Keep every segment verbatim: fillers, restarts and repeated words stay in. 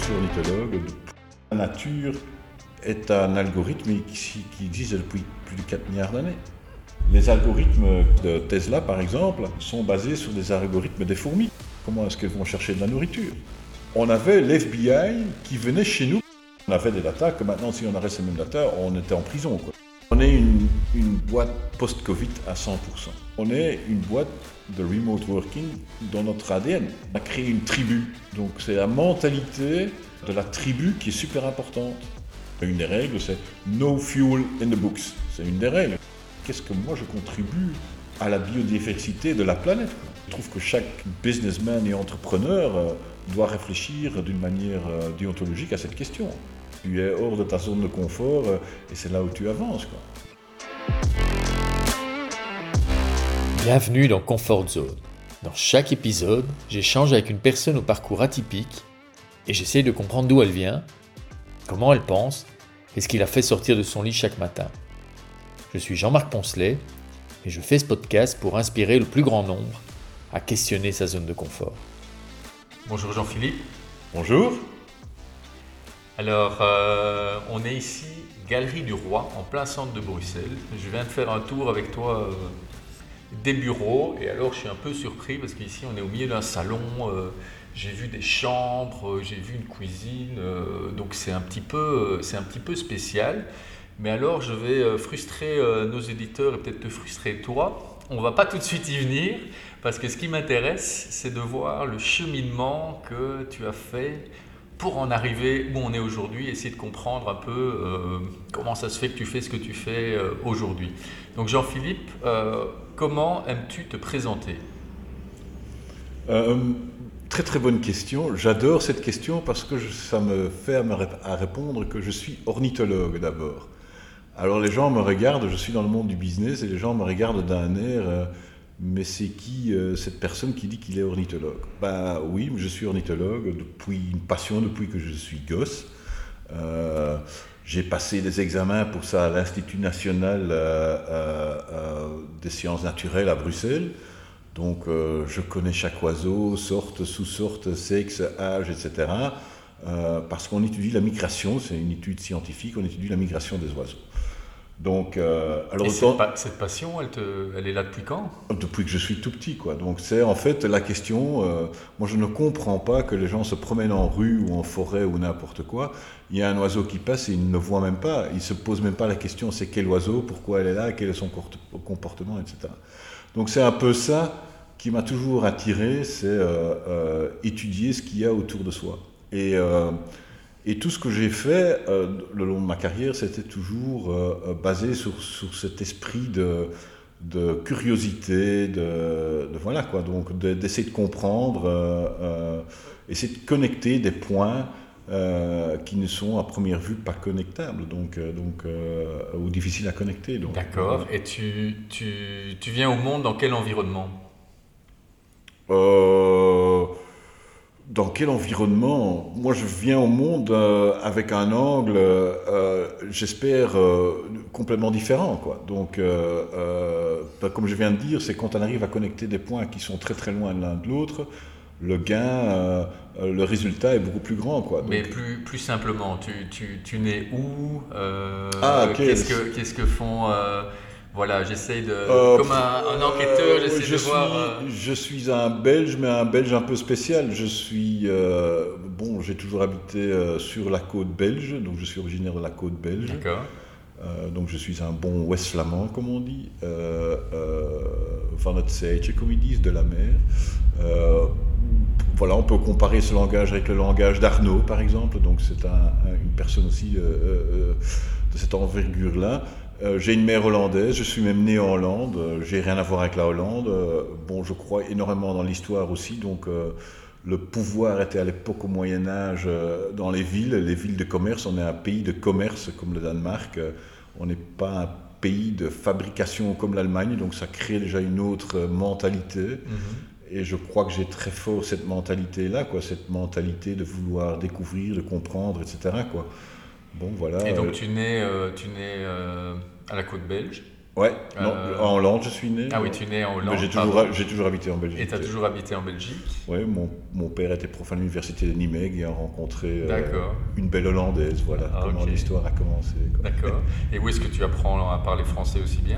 suis ornithologue. La nature est un algorithme qui, qui existe depuis plus de quatre milliards d'années. Les algorithmes de Tesla, par exemple, sont basés sur des algorithmes des fourmis. Comment est-ce qu'elles vont chercher de la nourriture? On avait l'F B I qui venait chez nous. On avait des datas que maintenant, si on arrête ces mêmes datas, on était en prison, quoi. On est une, une boîte post-Covid à cent pour cent. On est une boîte de remote working dans notre A D N. On a créé une tribu. Donc c'est la mentalité de la tribu qui est super importante. Une des règles, c'est no fuel in the books. C'est une des règles. Qu'est-ce que moi je contribue à la biodiversité de la planète? Je trouve que chaque businessman et entrepreneur doit réfléchir d'une manière déontologique à cette question. Tu es hors de ta zone de confort et c'est là où tu avances, quoi. Bienvenue dans Comfort Zone. Dans chaque épisode, j'échange avec une personne au parcours atypique et j'essaye de comprendre d'où elle vient, comment elle pense et ce qui la fait sortir de son lit chaque matin. Je suis Jean-Marc Poncelet et je fais ce podcast pour inspirer le plus grand nombre à questionner sa zone de confort. Bonjour Jean-Philippe. Bonjour. Alors, euh, on est ici, Galerie du Roi, en plein centre de Bruxelles. Je viens de faire un tour avec toi euh, des bureaux et alors je suis un peu surpris parce qu'ici on est au milieu d'un salon, euh, j'ai vu des chambres, euh, j'ai vu une cuisine, euh, donc c'est un petit peu, euh, c'est un petit peu spécial. Mais alors je vais euh, frustrer euh, nos éditeurs et peut-être te frustrer toi. On ne va pas tout de suite y venir parce que ce qui m'intéresse, c'est de voir le cheminement que tu as fait pour en arriver où on est aujourd'hui, essayer de comprendre un peu euh, comment ça se fait que tu fais ce que tu fais euh, aujourd'hui. Donc Jean-Philippe, euh, comment aimes-tu te présenter ? euh, Très très bonne question. J'adore cette question parce que je, ça me fait à, me rép- à répondre que je suis ornithologue d'abord. Alors les gens me regardent, je suis dans le monde du business et les gens me regardent d'un air euh, mais c'est qui euh, cette personne qui dit qu'il est ornithologue? Ben oui, je suis ornithologue depuis une passion depuis que je suis gosse. Euh, j'ai passé des examens pour ça à l'Institut national euh, euh, euh, des sciences naturelles à Bruxelles. Donc euh, je connais chaque oiseau, sorte, sous-sorte, sexe, âge, et cetera. Euh, parce qu'on étudie la migration, c'est une étude scientifique, on étudie la migration des oiseaux. Donc, euh, alors Et autant, cette, pa- cette passion, elle, te, elle est là depuis quand ? depuis que je suis tout petit, quoi. Donc c'est en fait la question. Euh, moi, je ne comprends pas que les gens se promènent en rue ou en forêt ou n'importe quoi. Il y a un oiseau qui passe et ils ne le voient même pas. Ils se posent même pas la question. C'est quel oiseau, pourquoi elle est là, quel est son comportement, et cetera. Donc c'est un peu ça qui m'a toujours attiré, c'est euh, euh, étudier ce qu'il y a autour de soi. Et euh, Et tout ce que j'ai fait euh, le long de ma carrière, c'était toujours euh, basé sur, sur cet esprit de, de curiosité, de, de voilà quoi, donc de, d'essayer de comprendre, euh, euh, essayer de connecter des points euh, qui ne sont à première vue pas connectables, donc, euh, donc euh, ou difficiles à connecter. Donc, D'accord. euh, Et tu, tu, tu viens au monde dans quel environnement ? euh, Dans quel environnement? Moi, je viens au monde euh, avec un angle, euh, j'espère, euh, complètement différent, quoi. Donc, euh, euh, bah, comme je viens de dire, c'est quand on arrive à connecter des points qui sont très très loin l'un de l'autre, le gain, euh, euh, le résultat est beaucoup plus grand, quoi. Mais Donc, plus, plus simplement, tu, tu, tu nais où ? Euh, ah, ok. qu'est-ce que, qu'est-ce que font euh, Voilà, j'essaye de... Euh, comme un, un enquêteur, euh, j'essaie je de suis, voir... euh, je suis un Belge, mais un Belge un peu spécial. Je suis, euh, bon, j'ai toujours habité euh, sur la côte belge, donc je suis originaire de la côte belge. D'accord. Euh, donc je suis un bon West flamand, comme on dit, euh, euh, van het zeitje, comme ils disent, de la mer. Euh, voilà, on peut comparer ce langage avec le langage d'Arnaud, par exemple. Donc c'est un, un, une personne aussi euh, euh, de cette envergure-là. Euh, j'ai une mère hollandaise, je suis même né en Hollande, euh, j'ai rien à voir avec la Hollande. Euh, bon, je crois énormément dans l'histoire aussi, donc euh, le pouvoir était à l'époque au Moyen-Âge euh, dans les villes, les villes de commerce. On est un pays de commerce comme le Danemark, euh, on n'est pas un pays de fabrication comme l'Allemagne, donc ça crée déjà une autre mentalité. Mm-hmm. Et je crois que j'ai très fort cette mentalité-là, quoi, cette mentalité de vouloir découvrir, de comprendre, et cetera, quoi. Bon, voilà. Et donc tu nais, euh, tu nais euh, à la côte belge ? Ouais, non, Euh, en Hollande, je suis né. Ah oui, tu es né en Hollande. Mais j'ai toujours, pardon. j'ai toujours habité en Belgique. Et tu as toujours habité en Belgique. Oui, mon, mon père était prof à l'université de Nimègue et a rencontré euh, D'accord. une belle Hollandaise. Voilà Ah, comment ok. l'histoire a commencé. Quoi. D'accord. Et où est-ce que tu apprends à parler français aussi bien?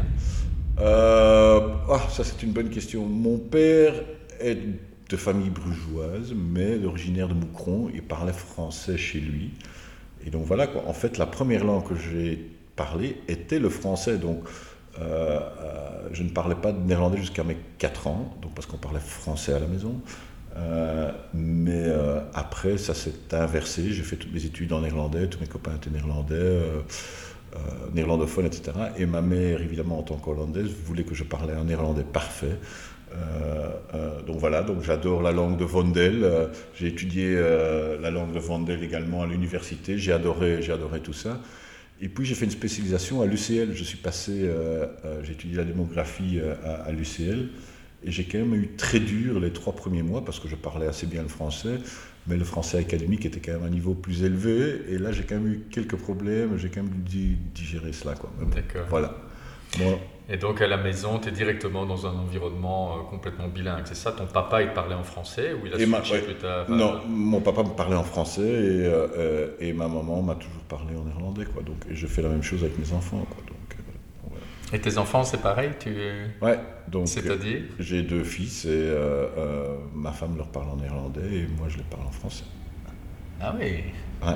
Euh, ah, ça c'est une bonne question. Mon père est de famille brugeoise, mais originaire de Moucron. Il parlait français chez lui. Et donc voilà, quoi. En fait, la première langue que j'ai parlée était le français. Donc euh, euh, je ne parlais pas de néerlandais jusqu'à mes quatre ans, donc parce qu'on parlait français à la maison. Euh, mais euh, après, ça s'est inversé. J'ai fait toutes mes études en néerlandais, tous mes copains étaient néerlandais, euh, euh, néerlandophones, et cetera. Et ma mère, évidemment, en tant qu'hollandaise, voulait que je parlais un néerlandais parfait. Euh, euh, donc voilà, donc j'adore la langue de Vondel. Euh, j'ai étudié euh, la langue de Vondel également à l'université. J'ai adoré, j'ai adoré tout ça. Et puis j'ai fait une spécialisation à l'U C L. Je suis passé, euh, euh, j'ai étudié la démographie euh, à, à l'U C L. Et j'ai quand même eu très dur les trois premiers mois parce que je parlais assez bien le français, mais le français académique était quand même à un niveau plus élevé. Et là, j'ai quand même eu quelques problèmes, j'ai quand même dû digérer cela. Quoi. Bon, D'accord. voilà. Bon. Et donc à la maison, tu es directement dans un environnement euh, complètement bilingue, c'est ça? Ton papa, il parlait en français ou il a Et ma, switché ouais, plus tard? Non, mon papa me parlait en français et, euh, euh, et ma maman m'a toujours parlé en néerlandais. Quoi. Donc, et je fais la même chose avec mes enfants. Quoi. Donc, euh, voilà. Et tes enfants, c'est pareil tu... Ouais, donc C'est-à-dire? euh, j'ai deux fils et euh, euh, ma femme leur parle en néerlandais et moi je les parle en français. Ah oui, Ouais.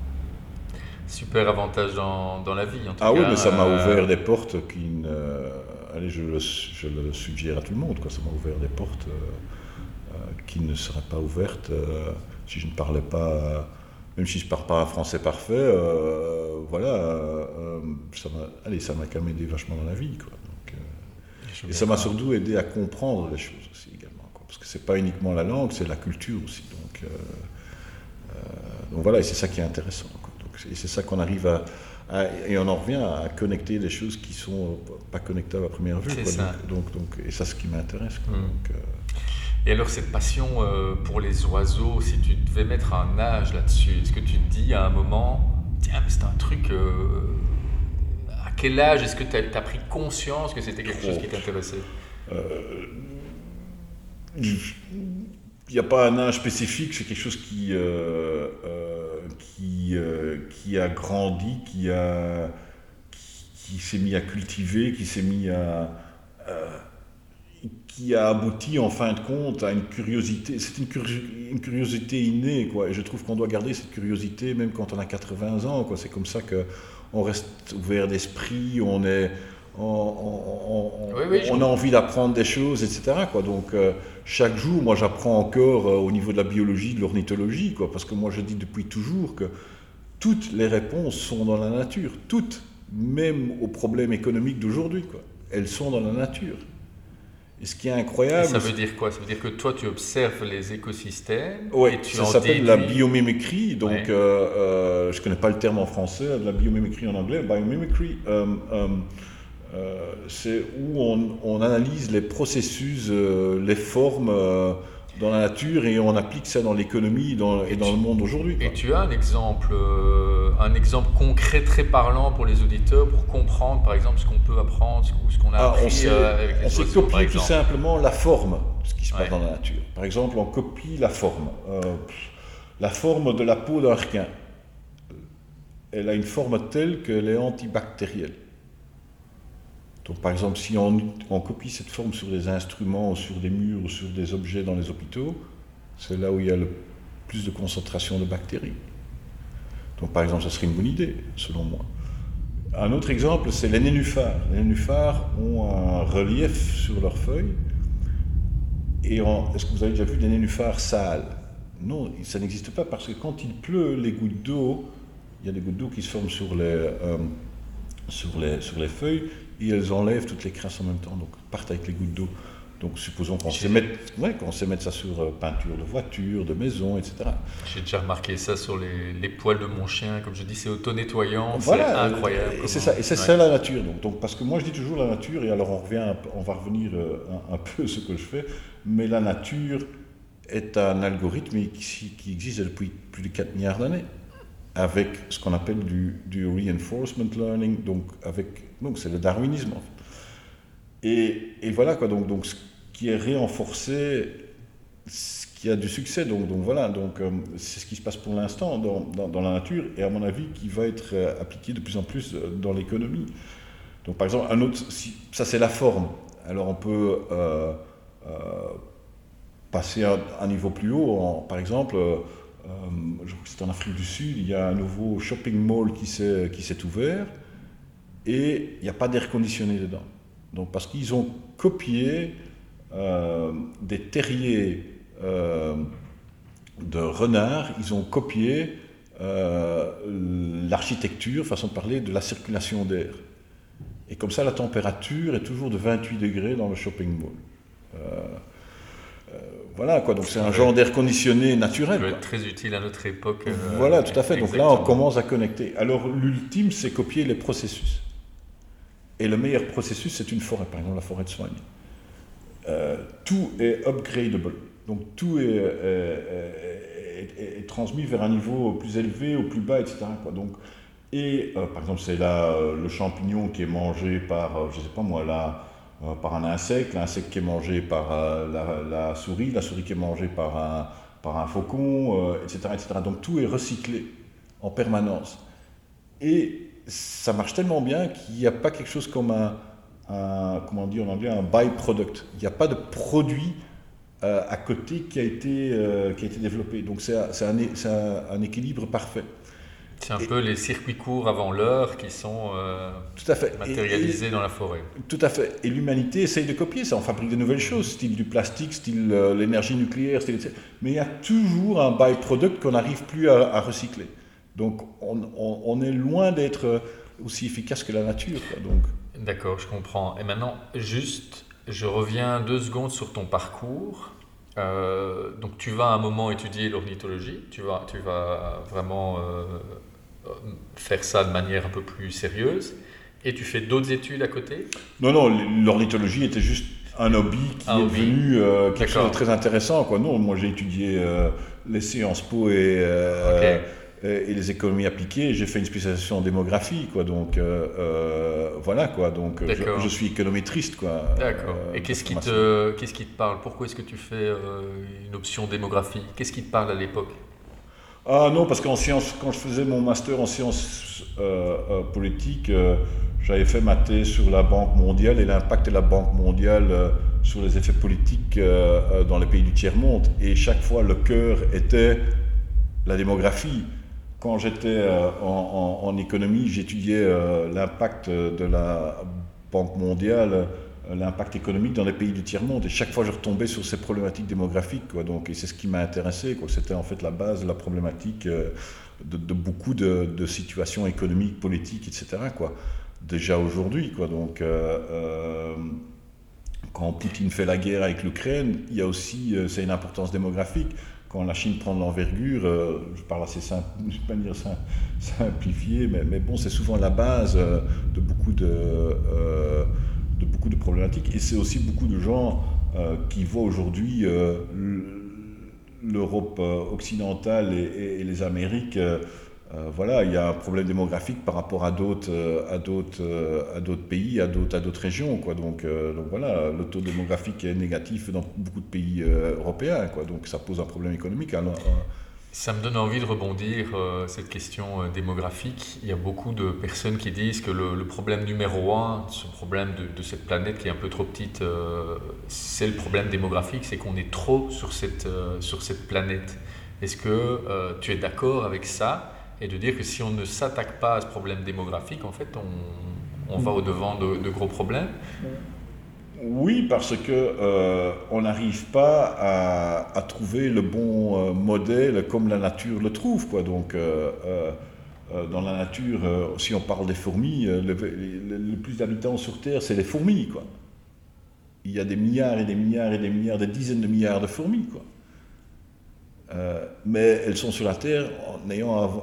super avantage dans, dans la vie en tout Ah cas. oui, mais ça m'a euh, ouvert des portes qui ne... Allez, je le, je le suggère à tout le monde, quoi. Ça m'a ouvert des portes euh, euh, qui ne seraient pas ouvertes euh, si je ne parlais pas... euh, même si je ne parle pas un français parfait, euh, voilà, euh, ça m'a, allez, ça m'a quand même aidé vachement dans la vie, quoi. Donc, euh, je et ça m'a comprends. surtout aidé à comprendre les choses aussi également, quoi. Parce que c'est pas uniquement la langue, c'est la culture aussi. Donc, euh, euh, donc voilà, et c'est ça qui est intéressant, quoi. Donc, et c'est ça qu'on arrive à... Ah, et on en revient à connecter des choses qui sont pas connectables à première vue. C'est Quoi. ça. Donc, donc, donc, et ça, c'est ce qui m'intéresse. Quoi. Mm. Donc, euh... Et alors cette passion euh, pour les oiseaux, si tu devais mettre un âge là-dessus, est-ce que tu te dis à un moment, tiens, mais c'est un truc... Euh, à quel âge est-ce que tu as pris conscience que c'était quelque Trop. chose qui t'intéressait? euh, Il n'y a pas un âge spécifique, c'est quelque chose qui, euh, euh, qui, euh, qui a grandi, qui, a, qui, qui s'est mis à cultiver, qui s'est mis à... Euh, qui a abouti en fin de compte à une curiosité. C'est une, curi- une curiosité innée, quoi. Et je trouve qu'on doit garder cette curiosité même quand on a quatre-vingts ans, quoi. C'est comme ça qu'on reste ouvert d'esprit, on est... On, on, on, Oui, oui, je on a envie d'apprendre des choses, et cetera. Quoi. Donc euh, chaque jour, moi j'apprends encore euh, au niveau de la biologie, de l'ornithologie, quoi, parce que moi je dis depuis toujours que toutes les réponses sont dans la nature, toutes, même aux problèmes économiques d'aujourd'hui, quoi. Elles sont dans la nature. Et ce qui est Et incroyable... ça veut dire quoi? Ça veut dire que toi tu observes les écosystèmes Ouais, et tu ça en s'appelle la déduis- biomimicry, donc Ouais. euh, euh, je ne connais pas le terme en français, de la biomimicry en anglais, biomimicry, euh, euh, euh, c'est où on, on analyse les processus, euh, les formes euh, dans la nature et on applique ça dans l'économie dans, et, Et dans tu- le monde aujourd'hui. quoi. Et tu as un exemple, euh, un exemple concret très parlant pour les auditeurs pour comprendre par exemple ce qu'on peut apprendre ou ce qu'on a Ah, appris on sait, euh, avec les on sait oiseaux par copier tout exemple. simplement la forme de ce qui se passe Ouais. dans la nature. Par exemple, on copie la forme. Euh, pff, la forme de la peau d'un requin. Elle a une forme telle qu'elle est antibactérielle. Donc, par exemple, si on, on copie cette forme sur des instruments, sur des murs, ou sur des objets dans les hôpitaux, c'est là où il y a le plus de concentration de bactéries. Donc, par exemple, ça serait une bonne idée, selon moi. Un autre exemple, c'est les nénuphars. Les nénuphars ont un relief sur leurs feuilles. Et en- est-ce que vous avez déjà vu des nénuphars sales? Non, ça n'existe pas parce que quand il pleut, les gouttes d'eau, il y a des gouttes d'eau qui se forment sur les, euh, sur les, sur les feuilles et elles enlèvent toutes les crasses en même temps, donc partent avec les gouttes d'eau. Donc supposons qu'on sait mettre, ouais, qu'on sait mettre ça sur euh, peinture de voiture, de maison, et cetera. J'ai déjà remarqué ça sur les, les poils de mon chien, comme je dis, c'est auto-nettoyant, Voilà, c'est incroyable. Et c'est comment- ça, et c'est Ouais. ça la nature. Donc, donc, parce que moi je dis toujours la nature, et alors on revient, un peu- on va revenir euh, un, un peu à ce que je fais, mais la nature est un algorithme qui, qui existe depuis plus de quatre milliards d'années, avec ce qu'on appelle du, du reinforcement learning, donc avec, donc c'est le darwinisme en fait. Et, et voilà, quoi, donc, donc ce qui est renforcé, ce qui a du succès, donc, donc voilà, donc euh, c'est ce qui se passe pour l'instant dans, dans, dans la nature, et à mon avis qui va être euh, appliqué de plus en plus dans l'économie. Donc par exemple, un autre, si, ça c'est la forme, alors on peut euh, euh, passer à un niveau plus haut, en, par exemple, euh, je crois que c'est en Afrique du Sud, il y a un nouveau shopping mall qui s'est, qui s'est ouvert, et il n'y a pas d'air conditionné dedans. Donc parce qu'ils ont copié euh, des terriers euh, de renards, ils ont copié euh, l'architecture, façon de parler, de la circulation d'air. Et comme ça, la température est toujours de vingt-huit degrés dans le shopping mall. Euh, euh, voilà, quoi. Donc c'est un genre d'air conditionné naturel. Ça peut être très utile à notre époque. Euh, voilà, tout à fait. Donc là, on commence à connecter. Alors l'ultime, c'est copier les processus. Et le meilleur processus, c'est une forêt, par exemple la forêt de soigne. Euh, tout est upgradable. Donc tout est, est, est, est transmis vers un niveau plus élevé ou plus bas, et cetera, quoi. Donc, et euh, par exemple, c'est là euh, le champignon qui est mangé par, euh, je ne sais pas moi, là, euh, par un insecte, l'insecte qui est mangé par euh, la, la souris, la souris qui est mangée par un, par un faucon, euh, et cetera, et cetera. Donc tout est recyclé en permanence. Et ça marche tellement bien qu'il n'y a pas quelque chose comme un, un comment on dit en anglais, un byproduct. Il n'y a pas de produit euh, à côté qui a été, euh, qui a été développé. Donc c'est, c'est, un, c'est un, un équilibre parfait. C'est un et, peu les circuits courts avant l'heure qui sont euh, tout à fait. matérialisés et, et, dans la forêt. Tout à fait. Et l'humanité essaye de copier ça. On fabrique de nouvelles choses, style du plastique, style euh, l'énergie nucléaire, style, mais il y a toujours un byproduct qu'on n'arrive plus à, à recycler. Donc on, on, on est loin d'être aussi efficace que la nature, quoi, donc. D'accord, je comprends. Et maintenant, juste, je reviens deux secondes sur ton parcours. Euh, donc tu vas à un moment étudier l'ornithologie, tu vas, tu vas vraiment euh, faire ça de manière un peu plus sérieuse, et tu fais d'autres études à côté? Non, non, l'ornithologie était juste un hobby qui un est hobby. devenu euh, quelque D'accord. chose de très intéressant, quoi. Non, moi j'ai étudié euh, les Sciences Po et... Euh, okay. et les économies appliquées, j'ai fait une spécialisation en démographie, quoi, donc euh, euh, voilà, quoi, donc je, je suis économétriste, quoi. D'accord. Euh, et qu'est-ce qui, te, qu'est-ce qui te parle? Pourquoi est-ce que tu fais euh, une option démographie? Qu'est-ce qui te parle à l'époque? Ah non, parce qu'en sciences, quand je faisais mon master en sciences euh, euh, politiques, euh, j'avais fait ma thèse sur la Banque mondiale et l'impact de la Banque mondiale euh, sur les effets politiques euh, euh, dans les pays du tiers-monde, et chaque fois le cœur était la démographie. Quand j'étais euh, en, en, en économie, j'étudiais euh, l'impact de la Banque mondiale, euh, l'impact économique dans les pays du tiers-monde. Et chaque fois, je retombais sur ces problématiques démographiques, quoi. Donc, et c'est ce qui m'a intéressé, quoi. C'était en fait la base de la problématique euh, de, de beaucoup de, de situations économiques, politiques, et cetera, quoi. Déjà aujourd'hui, quoi. Donc, euh, euh, quand Poutine fait la guerre avec l'Ukraine, il y a aussi, euh, c'est une importance démographique. Quand la Chine prend de l'envergure, euh, je parle assez simple, je ne vais pas dire ça, simplifié, mais, mais bon, c'est souvent la base euh, de, beaucoup de, euh, de beaucoup de problématiques. Et c'est aussi beaucoup de gens euh, qui voient aujourd'hui euh, l'Europe occidentale et, et, et les Amériques. Euh, euh, voilà, il y a un problème démographique par rapport à d'autres, euh, à d'autres, euh, à d'autres pays, à d'autres, à d'autres régions, quoi. Donc, euh, donc voilà, le taux démographique est négatif dans beaucoup de pays euh, européens, quoi. Donc ça pose un problème économique. Alors, euh... Ça me donne envie de rebondir euh, cette question euh, démographique. Il y a beaucoup de personnes qui disent que le, le problème numéro un, ce problème de, de cette planète qui est un peu trop petite, euh, c'est le problème démographique, c'est qu'on est trop sur cette, euh, sur cette planète. Est-ce que euh, tu es d'accord avec ça? Et de dire que si on ne s'attaque pas à ce problème démographique, en fait, on, on va au-devant de, de gros problèmes. Oui, parce que euh, on n'arrive pas à, à trouver le bon euh, modèle comme la nature le trouve, quoi. Donc, euh, euh, dans la nature, euh, si on parle des fourmis, euh, le, le, le plus d'habitants sur Terre, c'est les fourmis, quoi. Il y a des milliards et des milliards et des milliards, des dizaines de milliards de fourmis, quoi. Euh, mais elles sont sur la Terre en ayant à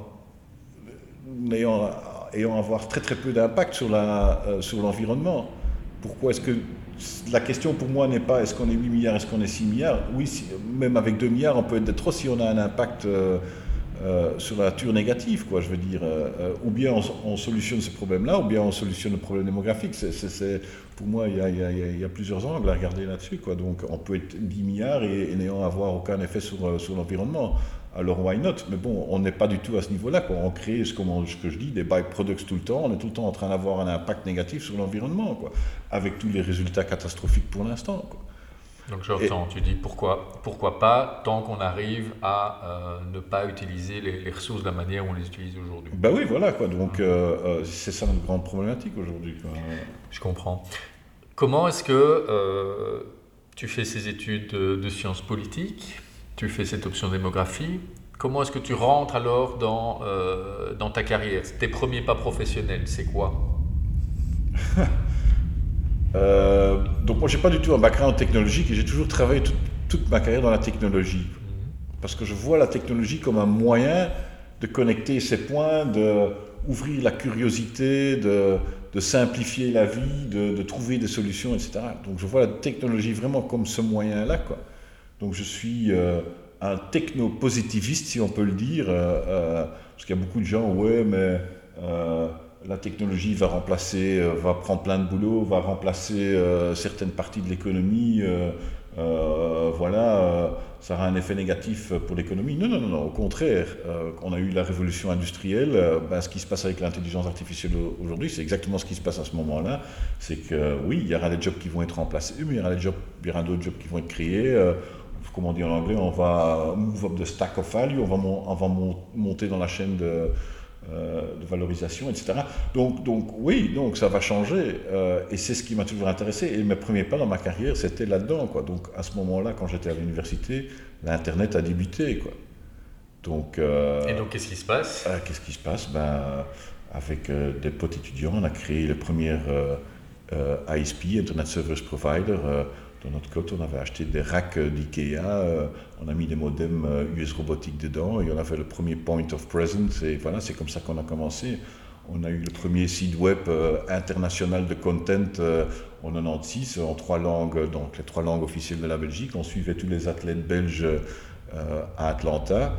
Ayant, ayant avoir très très peu d'impact sur, la, euh, sur l'environnement. Pourquoi est-ce que la question pour moi n'est pas est-ce qu'on est huit milliards, est-ce qu'on est six milliards? Oui, si, même avec deux milliards, on peut être de trop si on a un impact euh, euh, sur la nature négative, quoi, je veux dire. Euh, ou bien on, on solutionne ce problème-là, ou bien on solutionne le problème démographique. C'est, c'est, c'est, pour moi, il y a, il y a, il y a plusieurs angles à regarder là-dessus, quoi. Donc on peut être dix milliards et, et n'ayant avoir aucun effet sur, sur l'environnement. Alors why not? Mais bon, on n'est pas du tout à ce niveau-là, quoi. On crée ce, ce que je dis, des byproducts tout le temps. On est tout le temps en train d'avoir un impact négatif sur l'environnement, quoi, avec tous les résultats catastrophiques pour l'instant, quoi. Donc j'entends, tu dis pourquoi, pourquoi pas, tant qu'on arrive à euh, ne pas utiliser les, les ressources de la manière où on les utilise aujourd'hui. Ben oui, voilà, quoi. Donc euh, euh, c'est ça notre grande problématique aujourd'hui, quoi. Je comprends. Comment est-ce que euh, tu fais ces études de, de sciences politiques? Tu fais cette option démographie. Comment est-ce que tu rentres alors dans, euh, dans ta carrière? Tes premiers pas professionnels, c'est quoi? euh, Donc moi, j'ai pas du tout un background technologique et j'ai toujours travaillé tout, toute ma carrière dans la technologie. Mmh. Parce que je vois la technologie comme un moyen de connecter ces points, d'ouvrir la curiosité, de, de simplifier la vie, de, de trouver des solutions, et cetera. Donc je vois la technologie vraiment comme ce moyen-là, quoi. Donc je suis euh, un techno-positiviste, si on peut le dire, euh, euh, parce qu'il y a beaucoup de gens, ouais, mais euh, la technologie va remplacer, euh, va prendre plein de boulot, va remplacer euh, certaines parties de l'économie, euh, euh, voilà, euh, ça aura un effet négatif pour l'économie. Non, non, non, non, au contraire, euh, on a eu la révolution industrielle, euh, ben, ce qui se passe avec l'intelligence artificielle aujourd'hui, c'est exactement ce qui se passe à ce moment-là, c'est que oui, il y aura des jobs qui vont être remplacés, mais il y aura, des jobs, il y aura d'autres jobs qui vont être créés. Euh, Comme on dit en anglais, on va move up the stack of value, on va, mon, on va mon, monter dans la chaîne de, euh, de valorisation, et cetera. Donc, donc oui, donc ça va changer, euh, et c'est ce qui m'a toujours intéressé. Et mes premiers pas dans ma carrière, c'était là-dedans, quoi. Donc à ce moment-là, quand j'étais à l'université, l'Internet a débuté, quoi. Donc, euh, et donc qu'est-ce qui se passe? euh, Qu'est-ce qui se passe? Ben, avec euh, des potes étudiants, on a créé les premières euh, euh, I S P, Internet Service Provider. Euh, Dans notre côte, on avait acheté des racks d'IKEA, euh, on a mis des modems euh, U S robotiques dedans et on a fait le premier point of presence et voilà, c'est comme ça qu'on a commencé. On a eu le premier site web euh, international de content euh, en quatre-vingt-seize en trois langues, donc les trois langues officielles de la Belgique. On suivait tous les athlètes belges euh, à Atlanta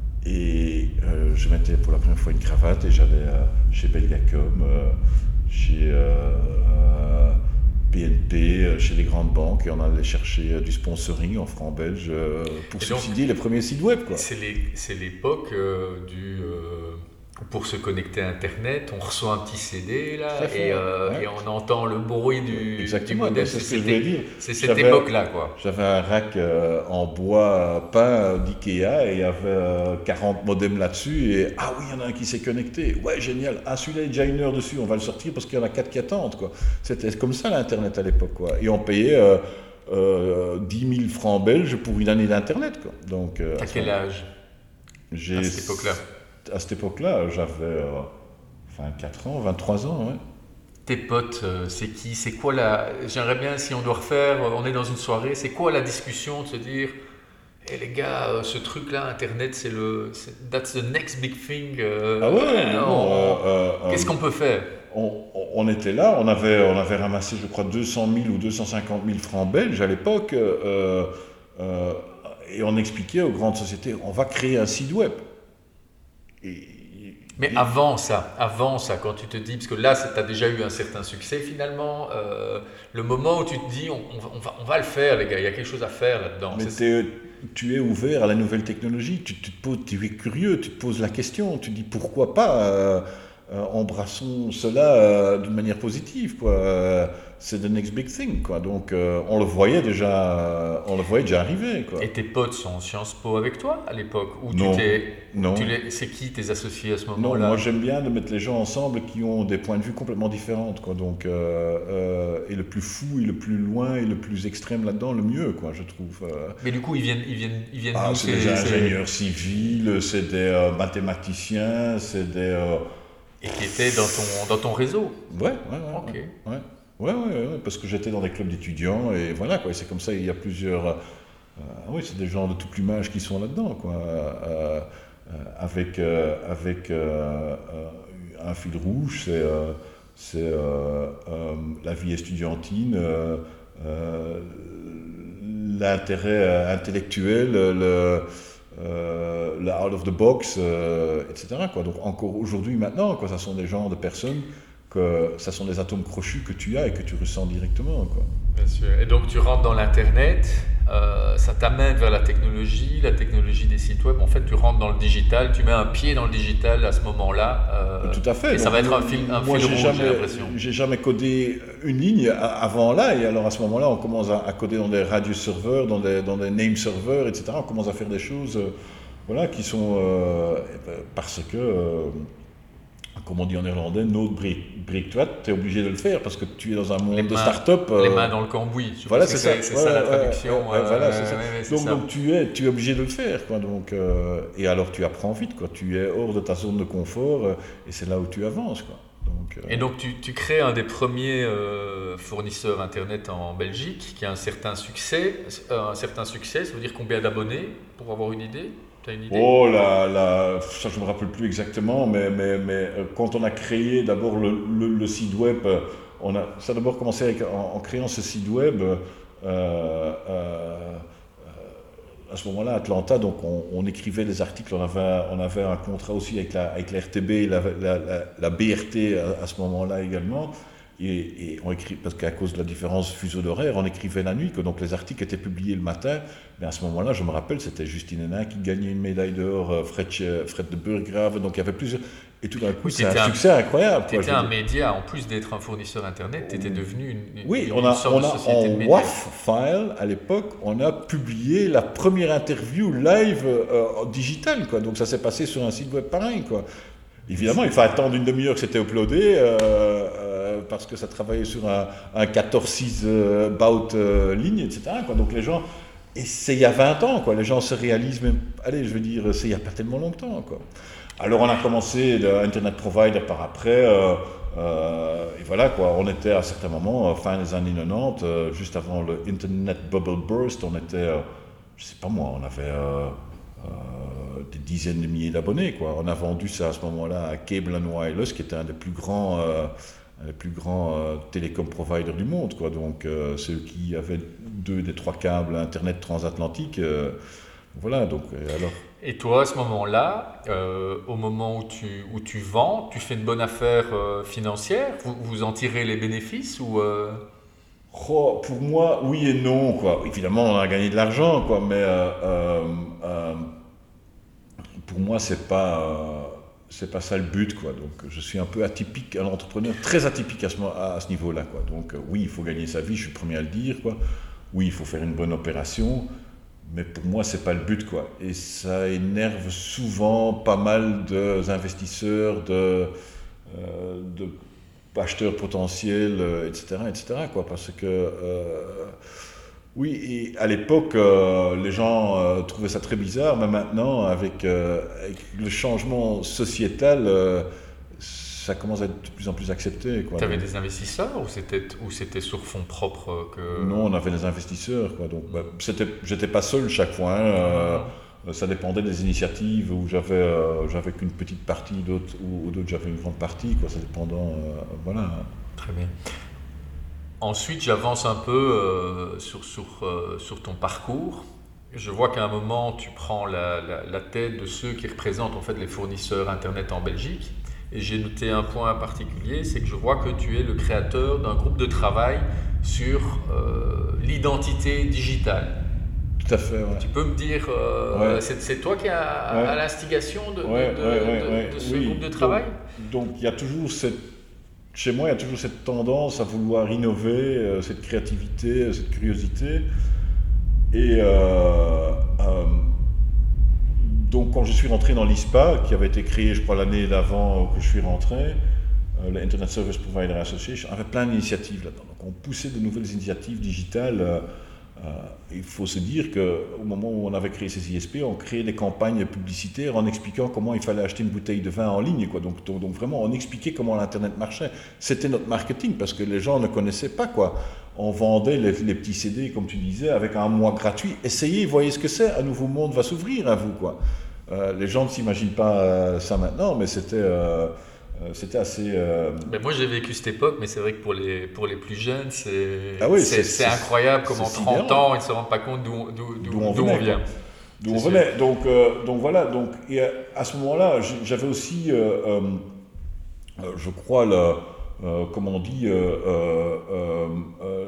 et euh, je mettais pour la première fois une cravate et j'allais euh, chez Belgacom, euh, chez... Euh, euh, B N P, chez les grandes banques, et on allait chercher du sponsoring en francs belges pour et subsidier donc, les premiers sites web, quoi. C'est, les, c'est l'époque euh, du... Euh, pour se connecter à Internet, on reçoit un petit C D, là, et, euh, ouais. et on entend le bruit du, Exactement, du modem. C'est, c'est ce que je voulais dire. C'est cette j'avais, époque-là, quoi. J'avais un rack euh, en bois peint d'IKEA, et il y avait euh, quarante modems là-dessus, et ah oui, il y en a un qui s'est connecté. Ouais, génial. Ah, celui-là, il est déjà une heure dessus, on va le sortir parce qu'il y en a quatre qui attendent, quoi. C'était comme ça, l'Internet à l'époque, quoi. Et on payait euh, euh, dix mille francs belges pour une année d'Internet, quoi. Donc, euh, à, à quel âge? J'ai... À cette époque-là À cette époque-là, j'avais euh, vingt-quatre ans, vingt-trois ans, ouais. Tes potes, euh, c'est qui? C'est quoi la... J'aimerais bien, si on doit refaire, on est dans une soirée, c'est quoi la discussion de se dire « Eh les gars, euh, ce truc-là, Internet, c'est le... C'est, that's the next big thing. Euh, ah ouais, on, bon, euh, euh, Qu'est-ce qu'on peut faire ?» on, on était là, on avait, on avait ramassé, je crois, deux cent mille ou deux cent cinquante mille francs belges à l'époque, euh, euh, et on expliquait aux grandes sociétés « On va créer un site web. » Et, Mais et... avant ça, avant ça, quand tu te dis, parce que là, tu as déjà eu un certain succès finalement, euh, le moment où tu te dis, on, on, va, on, va, on va le faire les gars, il y a quelque chose à faire là-dedans. Mais tu es ouvert à la nouvelle technologie, tu, tu, te poses, tu es curieux, tu te poses la question, tu te dis pourquoi pas, euh, euh, embrassons cela euh, d'une manière positive, quoi. Euh, c'est the next big thing, quoi. Donc euh, on le voyait déjà, euh, on le voyait déjà arriver, quoi. Et tes potes sont en Sciences Po avec toi à l'époque ou non, tu t'es, non. Tu les, c'est qui tes associés à ce moment-là? Non, moi j'aime bien de mettre les gens ensemble qui ont des points de vue complètement différents, quoi. Donc euh, euh, et le plus fou, et le plus loin, et le plus extrême là-dedans, le mieux, quoi, je trouve. Euh... Mais du coup, ils viennent, ils viennent, ils viennent. Ah, nous, c'est, c'est des ingénieurs civils, c'est des euh, mathématiciens, c'est des. Euh... Et qui étaient dans ton dans ton réseau. Ouais, ouais, ouais. Ok. Ouais, ouais. Ouais, ouais, ouais, parce que j'étais dans des clubs d'étudiants et voilà, quoi. Et c'est comme ça, il y a plusieurs. Euh, oui, c'est des gens de tout plumage qui sont là-dedans, quoi. Euh, euh, avec euh, avec euh, euh, un fil rouge, c'est, euh, c'est euh, euh, la vie estudiantine, euh, euh, l'intérêt intellectuel, le, euh, le out of the box, euh, et cetera quoi. Donc encore aujourd'hui, maintenant, quoi, ça sont des genres de personnes que ça sont des atomes crochus que tu as et que tu ressens directement, quoi. Bien sûr. Et donc tu rentres dans l'Internet, euh, ça t'amène vers la technologie, la technologie des sites web. En fait, tu rentres dans le digital, tu mets un pied dans le digital à ce moment-là. Euh, Tout à fait. Et ça donc, va être un fil, un moi, fil j'ai rouge, jamais, j'ai l'impression. J'ai jamais codé une ligne avant là, et alors à ce moment-là, on commence à, à coder dans des radius serveurs, dans des, dans des name serveurs, et cetera. On commence à faire des choses, euh, voilà, qui sont euh, parce que. Euh, Comme on dit en néerlandais, no break, break toi, tu es obligé de le faire parce que tu es dans un monde Les de mains- start-up. euh, Les mains dans le cambouis. Je Voilà, pense c'est que ça. C'est Ouais, ça la ouais, traduction. ouais, ouais, voilà, c'est ça. ouais, ouais, c'est Donc, ça. donc tu es, tu es obligé de le faire, quoi. Donc, euh, et alors tu apprends vite, quoi. Tu es hors de ta zone de confort euh, et c'est là où tu avances, quoi. Donc, euh, Et donc tu, tu crées un des premiers euh, fournisseurs internet en Belgique qui a un certain succès. Euh, un certain succès, ça veut dire combien d'abonnés pour avoir une idée? Tu as une idée? Oh là là, ça je me rappelle plus exactement, mais, mais, mais euh, quand on a créé d'abord le, le, le site web, euh, on a, ça a d'abord commencé avec, en, en créant ce site web. Euh, euh, à ce moment-là, Atlanta, donc on, on écrivait des articles, on avait, on avait un contrat aussi avec la, avec la R T B, la, la, la, la B R T à, à ce moment-là également. Et, et on écrit, parce qu'à cause de la différence fuseau d'horaire, on écrivait la nuit, que donc les articles étaient publiés le matin. Mais à ce moment-là, je me rappelle, c'était Justine Hénin qui gagnait une médaille d'or, Fred, Fred de Burggraven, donc il y avait plusieurs. Et tout d'un coup, Oui, c'est un, t'étais un- succès incroyable. Tu quoi, étais je veux un dire. média, en plus d'être un fournisseur internet, tu étais devenu une, une- Oui, une on a, sorte on de a société de en médias. W A F file, à l'époque, on a publié la première interview live euh, digitale, quoi. Donc ça s'est passé sur un site web pareil, quoi. Évidemment, il faut attendre une demi-heure que c'était uploadé, euh, euh, parce que ça travaillait sur un, un quatorze six euh, bout euh, ligne, et cetera, quoi. Donc les gens, et c'est il y a vingt ans, quoi. Les gens se réalisent même, allez, je veux dire, c'est il y a pas tellement longtemps, quoi. Alors on a commencé l'Internet Provider par après, euh, euh, et voilà quoi, on était à certains moments, euh, fin des années quatre-vingt-dix, euh, juste avant le Internet Bubble Burst, on était, euh, je sais pas moi, on avait euh, euh, des dizaines de milliers d'abonnés, quoi. On a vendu ça à ce moment-là à Cable and Wireless, qui était un des plus grands, euh, un des plus grands euh, télécom providers du monde, quoi. Donc euh, ceux qui avaient deux des trois câbles Internet transatlantique, euh, voilà, donc euh, alors... Et toi, à ce moment-là, euh, au moment où tu, où tu vends, tu fais une bonne affaire euh, financière, vous, vous en tirez les bénéfices ou euh... Oh, pour moi, oui et non, quoi. Évidemment, on a gagné de l'argent, quoi, mais euh, euh, euh, pour moi, c'est pas, euh, c'est pas ça le but, quoi. Donc, je suis un peu atypique, un entrepreneur très atypique à ce, mo- à ce niveau-là, quoi. Donc, euh, oui, il faut gagner sa vie, je suis le premier à le dire, quoi. Oui, il faut faire une bonne opération, mais pour moi, c'est pas le but, quoi. Et ça énerve souvent pas mal d'investisseurs, de, euh, de acheteurs potentiels, euh, et cetera, et cetera, quoi, parce que euh, oui, et à l'époque, euh, les gens euh, trouvaient ça très bizarre, mais maintenant, avec, euh, avec le changement sociétal, euh, ça commence à être de plus en plus accepté, quoi. tu avais Donc, des investisseurs ou c'était, ou c'était sur fonds propres que... non, on avait des investisseurs, quoi. Donc, bah, c'était, j'étais pas seul chaque fois, hein, euh, ça dépendait des initiatives où j'avais, euh, j'avais qu'une petite partie, d'autres, ou, ou d'autres j'avais une grande partie, quoi. Ça dépendant, euh, voilà. Très bien. Ensuite, j'avance un peu euh, sur, sur, euh, sur ton parcours. Je vois qu'à un moment, tu prends la, la, la tête de ceux qui représentent en fait les fournisseurs Internet en Belgique. Et j'ai noté un point particulier, c'est que je vois que tu es le créateur d'un groupe de travail sur euh, l'identité digitale. Tout à fait, ouais. Tu peux me dire, euh, Ouais. c'est, c'est toi qui as Ouais. à l'instigation de, de- Ouais, de, ouais, de- ouais, de- ouais. de ce Oui, groupe de donc- travail? Donc il y a toujours cette, chez moi, il y a toujours cette tendance à vouloir innover, euh, cette créativité, euh, cette curiosité. Et euh, euh, donc quand je suis rentré dans l'I S P A, qui avait été créé, je crois, l'année d'avant que je suis rentré, euh, l'Internet Service Provider Association, avait plein d'initiatives là-dedans. Donc on poussait de nouvelles initiatives digitales. euh, Euh, il faut se dire qu'au moment où on avait créé ces I S P, on créait des campagnes publicitaires en expliquant comment il fallait acheter une bouteille de vin en ligne, quoi. Donc, donc, donc vraiment, on expliquait comment l'Internet marchait. C'était notre marketing parce que les gens ne connaissaient pas, quoi. On vendait les, les petits C D, comme tu disais, avec un mois gratuit. Essayez, voyez ce que c'est, un nouveau monde va s'ouvrir à vous, quoi. Euh, les gens ne s'imaginent pas euh, ça maintenant, mais c'était... Euh, Euh, c'était assez... Euh... Ben moi j'ai vécu cette époque, mais c'est vrai que pour les, pour les plus jeunes, c'est, Ah oui, c'est, c'est- c'est c'est- incroyable comment c'est trente sidérant. ans, ils ne se rendent pas compte d'où, d'où, d'où, D'où on d'où on venait, vient. quoi. D'où on venait. Donc, euh, donc voilà, donc, et à, à ce moment-là, j'avais aussi, euh, euh, je crois, le, euh, comment on dit, euh, euh, euh,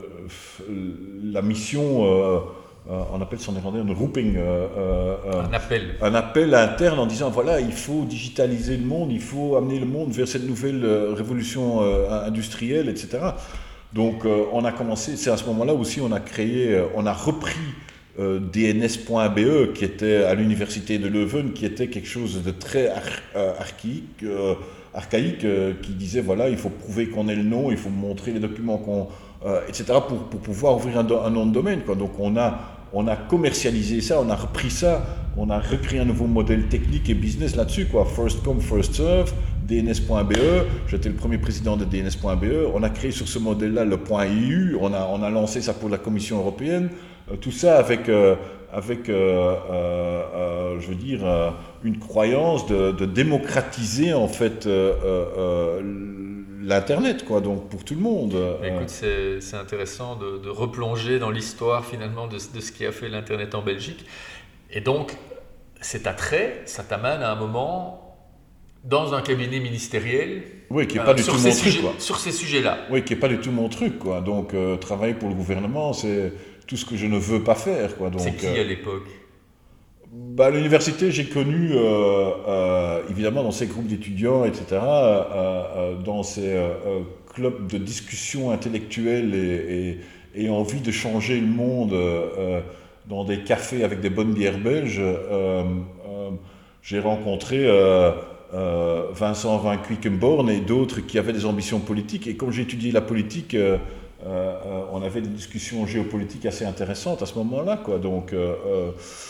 la mission, euh, euh, on appelle ça en néerlandais un roeping, euh, euh, un appel. Un appel interne en disant, voilà, il faut digitaliser le monde, il faut amener le monde vers cette nouvelle euh, révolution euh, industrielle, et cetera. Donc euh, on a commencé, c'est à ce moment-là aussi, on a créé, euh, on a repris Euh, D N S point B E qui était à l'université de Leuven, qui était quelque chose de très ar- euh, archaïque, euh, archaïque euh, qui disait voilà, il faut prouver qu'on est le nom, il faut montrer les documents qu'on, euh, et cetera pour, pour pouvoir ouvrir un, do- un nom de domaine, quoi. Donc on a, on a commercialisé ça, on a repris ça, on a recréé un nouveau modèle technique et business là-dessus, quoi. First come, first serve, D N S point B E, j'étais le premier président de D N S point B E, on a créé sur ce modèle-là le point E U, on a, on a lancé ça pour la Commission européenne. Tout ça avec, euh, avec euh, euh, euh, je veux dire, euh, une croyance de, de démocratiser en fait euh, euh, l'Internet, quoi, donc pour tout le monde. Écoute, c'est, c'est intéressant de, de replonger dans l'histoire finalement de, de ce qui a fait l'Internet en Belgique. Et donc, cet attrait, ça t'amène à un moment dans un cabinet ministériel. Oui, qui n'est pas euh, du tout mon truc, sujets, quoi. Sur ces sujets-là. Oui, qui n'est pas du tout mon truc, quoi. Donc, euh, travailler pour le gouvernement, c'est tout ce que je ne veux pas faire, quoi. Donc, c'est qui à l'époque? Bah, à l'université, j'ai connu, euh, euh, évidemment, dans ces groupes d'étudiants, et cetera, euh, euh, dans ces euh, clubs de discussion intellectuelle et, et, et envie de changer le monde, euh, dans des cafés avec des bonnes bières belges, euh, euh, j'ai rencontré euh, euh, Vincent Van Quickenborn et d'autres qui avaient des ambitions politiques. Et comme j'ai étudié la politique, euh, euh, on avait des discussions géopolitiques assez intéressantes à ce moment-là, quoi. Donc... Euh, euh,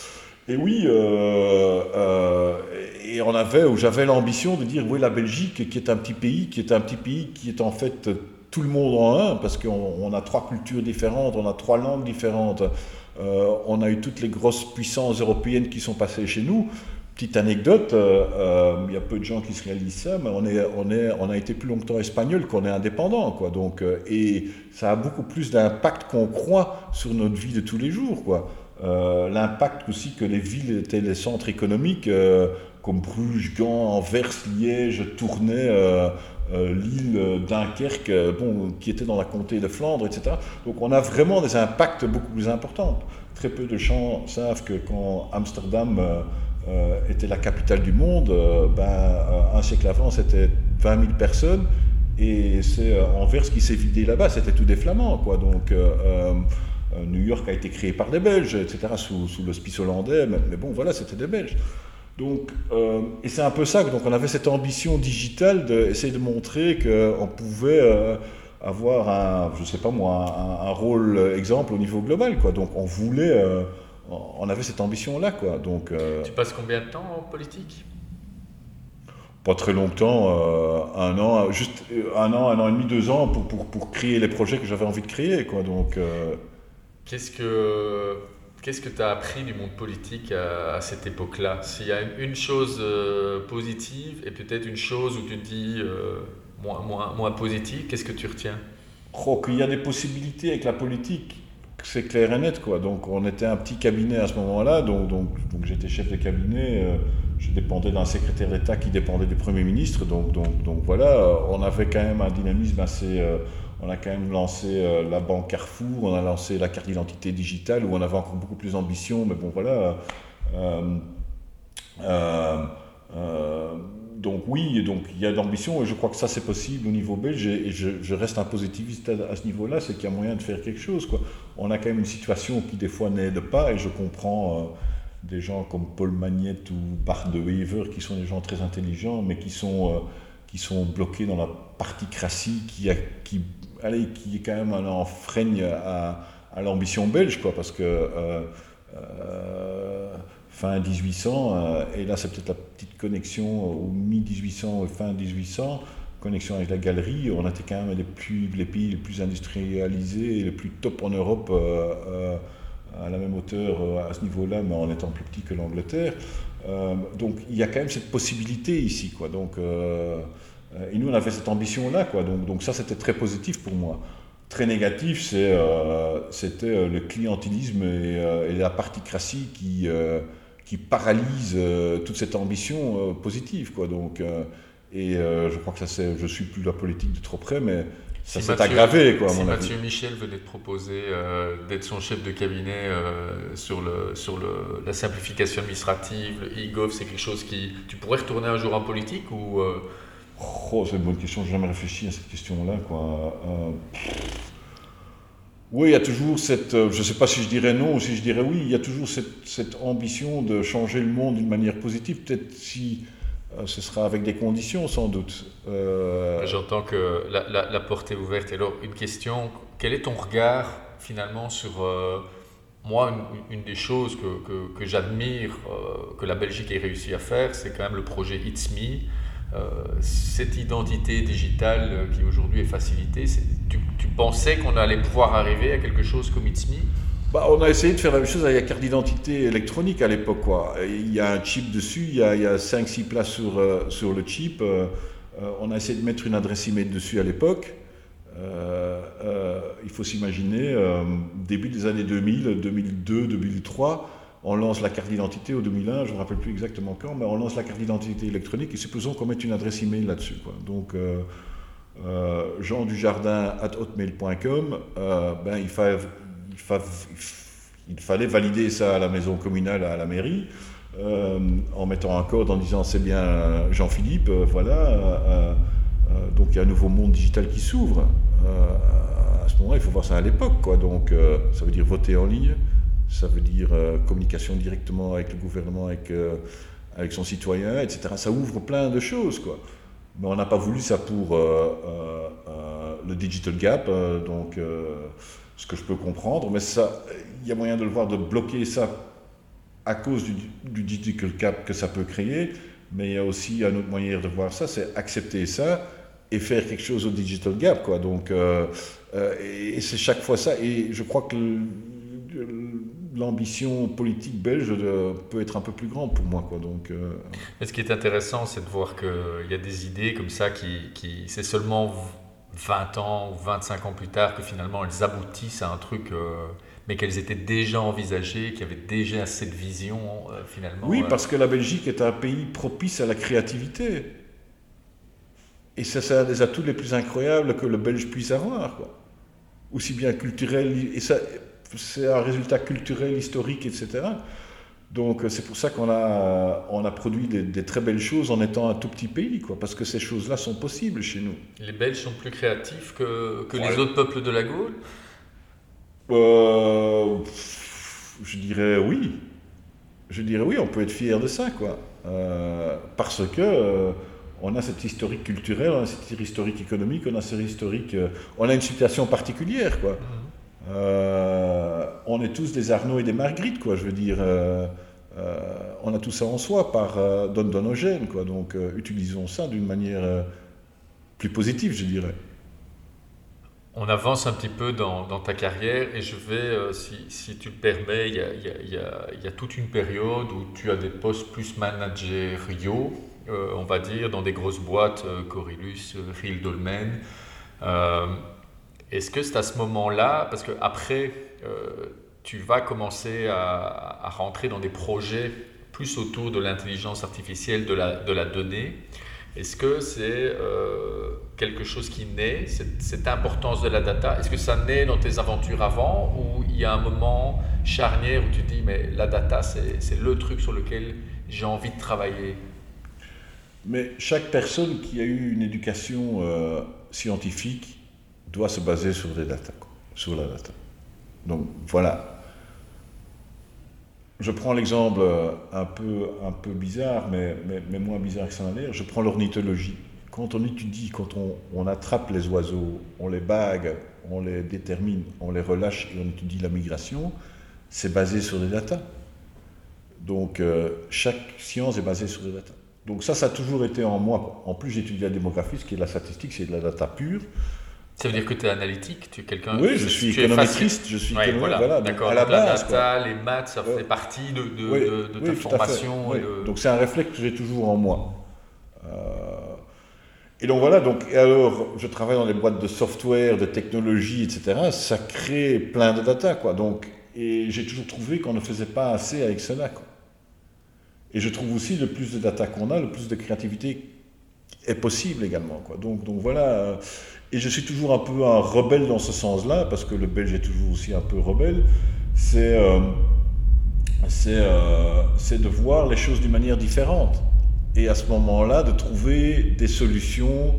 Et oui, euh, euh, et on avait, ou j'avais l'ambition de dire, oui, la Belgique, qui est un petit pays, qui est un petit pays, qui est en fait tout le monde en un, parce qu'on on a trois cultures différentes, on a trois langues différentes, euh, on a eu toutes les grosses puissances européennes qui sont passées chez nous. Petite anecdote, euh, euh, il y a peu de gens qui se réalisent ça, mais on, est, on, est, on a été plus longtemps espagnol qu'on est indépendant, quoi. Donc, euh, et ça a beaucoup plus d'impact qu'on croit sur notre vie de tous les jours, quoi. Euh, l'impact aussi que les villes étaient les centres économiques, euh, comme Bruges, Gand, Anvers, Liège, Tournai, euh, euh, Lille, Dunkerque, euh, bon, qui étaient dans la comté de Flandre, et cetera. Donc on a vraiment des impacts beaucoup plus importants. Très peu de gens savent que quand Amsterdam euh, euh, était la capitale du monde, euh, ben, euh, un siècle avant c'était vingt mille personnes, et c'est euh, Anvers qui s'est vidé là-bas, c'était tout des Flamands, quoi. Donc euh, euh, New York a été créé par des Belges, et cetera, sous, sous l'hospice hollandais, mais, mais bon, voilà, c'était des Belges. Donc, euh, et c'est un peu ça, donc on avait cette ambition digitale d'essayer de montrer qu'on pouvait euh, avoir un, je sais pas moi, un, un rôle exemple au niveau global, quoi. Donc on voulait, euh, on avait cette ambition-là, quoi. Donc, euh, tu passes combien de temps en politique? Pas très longtemps, euh, un an, juste un an, un an et demi, deux ans pour, pour, pour créer les projets que j'avais envie de créer, quoi. Donc... Euh, Qu'est-ce que qu'est-ce que tu as appris du monde politique à, à cette époque-là? S'il y a une, une chose euh, positive et peut-être une chose où tu te dis euh, moins, moins, moins positive, qu'est-ce que tu retiens? Oh, qu'il y a des possibilités avec la politique, c'est clair et net, quoi. Donc on était un petit cabinet à ce moment-là, donc, donc, donc j'étais chef de cabinet, euh, je dépendais d'un secrétaire d'État qui dépendait du Premier ministre, donc, donc, donc voilà, on avait quand même un dynamisme assez... Euh, on a quand même lancé euh, la banque Carrefour, on a lancé la carte d'identité digitale, où on avait encore beaucoup plus d'ambition, mais bon voilà. Euh, euh, euh, donc oui, donc il y a de l'ambition, et je crois que ça c'est possible au niveau belge, et je, je reste un positiviste à, à ce niveau-là, c'est qu'il y a moyen de faire quelque chose, quoi. On a quand même une situation qui des fois n'aide pas, et je comprends euh, des gens comme Paul Magnette ou Bart de Wever, qui sont des gens très intelligents, mais qui sont, euh, qui sont bloqués dans la particratie, qui, a, qui, allez, qui est quand même un enfreigne à, à l'ambition belge, quoi, parce que euh, euh, fin dix-huit cents, euh, et là c'est peut-être la petite connexion au mi-dix-huit cents, fin dix-huit cents, connexion avec la galerie, on était quand même les, plus, les pays les plus industrialisés et les plus top en Europe, euh, euh, à la même hauteur euh, à ce niveau-là, mais en étant plus petit que l'Angleterre. Euh, donc il y a quand même cette possibilité ici, quoi. Donc, euh, et nous on avait cette ambition-là, quoi. Donc, donc ça c'était très positif pour moi. Très négatif, c'est, euh, c'était le clientélisme et, euh, et la particratie qui, euh, qui paralyse euh, toute cette ambition euh, positive, quoi. Donc, euh, et euh, je crois que ça c'est, je suis plus la politique de trop près, mais ça Si s'est Mathieu, aggravé, quoi, à si mon Mathieu avis. Michel venait de proposer euh, d'être son chef de cabinet euh, sur, le, sur le, la simplification administrative, le e-gov, c'est quelque chose qui... Tu pourrais retourner un jour en politique ou... euh, Oh, c'est une bonne question, je n'ai jamais réfléchi à cette question-là, quoi. Euh, oui, il y a toujours cette, euh, je ne sais pas si je dirais non ou si je dirais oui, il y a toujours cette, cette ambition de changer le monde d'une manière positive, peut-être si euh, ce sera avec des conditions, sans doute. Euh, J'entends que la, la, la porte est ouverte. Et alors, une question, quel est ton regard finalement sur... euh, moi, une, une des choses que, que, que j'admire euh, que la Belgique ait réussi à faire, c'est quand même le projet It's Me. Euh, cette identité digitale euh, qui aujourd'hui est facilitée, c'est- tu, tu pensais qu'on allait pouvoir arriver à quelque chose comme It's Me? Bah, on a essayé de faire la même chose avec la carte d'identité électronique à l'époque, quoi. Et il y a un chip dessus, il y a, il y a cinq six places sur, euh, sur le chip. Euh, euh, on a essayé de mettre une adresse email dessus à l'époque. Euh, euh, il faut s'imaginer, euh, début des années deux mille, deux mille deux, deux mille trois, on lance la carte d'identité au deux mille un, je ne me rappelle plus exactement quand, mais on lance la carte d'identité électronique et supposons qu'on mette une adresse email là-dessus, quoi. Donc, euh, euh, jean dujardin arobase hotmail point com, euh, ben, il, fa- il, fa- il fallait valider ça à la maison communale, à la mairie, euh, en mettant un code en disant c'est bien Jean-Philippe, euh, voilà. Euh, euh, donc il y a un nouveau monde digital qui s'ouvre. Euh, à ce moment-là, il faut voir ça à l'époque, quoi. Donc euh, ça veut dire voter en ligne, ça veut dire euh, communication directement avec le gouvernement, avec, euh, avec son citoyen, et cetera. Ça ouvre plein de choses, quoi. Mais on n'a pas voulu ça pour euh, euh, euh, le digital gap, euh, donc euh, ce que je peux comprendre, mais ça, il y a moyen de le voir, de bloquer ça à cause du, du digital gap que ça peut créer, mais il y a aussi un autre moyen de voir ça, c'est accepter ça et faire quelque chose au digital gap, quoi. Donc, euh, euh, et, et c'est chaque fois ça, et je crois que le- l'ambition politique belge de- peut être un peu plus grande pour moi, quoi. Donc, euh, Mais ce qui est intéressant, c'est de voir qu'il y a des idées comme ça qui, qui c'est seulement vingt ans ou vingt-cinq ans plus tard que finalement elles aboutissent à un truc, euh, mais qu'elles étaient déjà envisagées, qu'il y avait déjà cette vision euh, finalement. oui, euh. parce que la Belgique est un pays propice à la créativité. Et ça, c'est un des atouts les plus incroyables que le Belge puisse avoir, quoi. Aussi bien culturel, et ça, c'est un résultat culturel, historique, et cetera. Donc c'est pour ça qu'on a, on a produit des, des très belles choses en étant un tout petit pays, quoi, parce que ces choses-là sont possibles chez nous. Les Belges sont plus créatifs que, que Ouais. les autres peuples de la Gaule. Euh, je dirais oui. Je dirais oui, on peut être fier de ça, quoi. Euh, parce que euh, on a cette historique culturelle, on a cette historique économique, on a cette historique, euh, on a une situation particulière, quoi. Euh, on est tous des Arnaud et des Marguerite, quoi. Je veux dire, euh, euh, on a tout ça en soi par euh, donne dans nos gènes, quoi. Donc, euh, utilisons ça d'une manière euh, plus positive, je dirais. On avance un petit peu dans, dans ta carrière et je vais, euh, si, si tu le permets, il y a, il y a- il y a- il y a toute une période où tu as des postes plus managériaux, euh, on va dire, dans des grosses boîtes, euh, Corylus, euh, Riel Dolmen. Euh, Est-ce que c'est à ce moment-là, parce qu'après, euh, tu vas commencer à, à rentrer dans des projets plus autour de l'intelligence artificielle, de la, de la donnée. Est-ce que c'est euh, quelque chose qui naît, cette, cette importance de la data? Est-ce que ça naît dans tes aventures avant ou il y a un moment charnière où tu te dis mais la data c'est, c'est le truc sur lequel j'ai envie de travailler? Mais chaque personne qui a eu une éducation euh, scientifique doit se baser sur des data, quoi, sur la data. Donc, voilà. Je prends l'exemple euh, un peu, un peu bizarre, mais, mais, mais moins bizarre que ça n'a l'air. Je prends l'ornithologie. Quand on étudie, quand on, on attrape les oiseaux, on les bague, on les détermine, on les relâche et on étudie la migration, c'est basé sur des data. Donc, euh, chaque science est basée sur des data. Donc ça, ça a toujours été en moi, quoi. En plus, j'étudie la démographie, ce qui est de la statistique, c'est de la data pure. Ça veut dire que tu es analytique, tu es quelqu'un. Oui, je suis tu es économétriste, facile- je suis Ouais, économiste, voilà, voilà, donc d'accord. à la Donc la base, quoi. data, les maths, ça Ouais. fait partie de, de, Oui, de, de oui, ta tout à fait, formation. oui. et de- Donc c'est un réflexe que j'ai toujours en moi. Euh, Et donc voilà, donc, et alors je travaille dans les boîtes de software, de technologie, et cetera. Ça crée plein de data, quoi. Donc, et j'ai toujours trouvé qu'on ne faisait pas assez avec cela, quoi. Et je trouve aussi le plus de data qu'on a, le plus de créativité est possible également, quoi. Donc, donc voilà. Et je suis toujours un peu un rebelle dans ce sens-là, parce que le Belge est toujours aussi un peu rebelle. C'est, euh, c'est, euh, c'est de voir les choses d'une manière différente. Et à ce moment-là, de trouver des solutions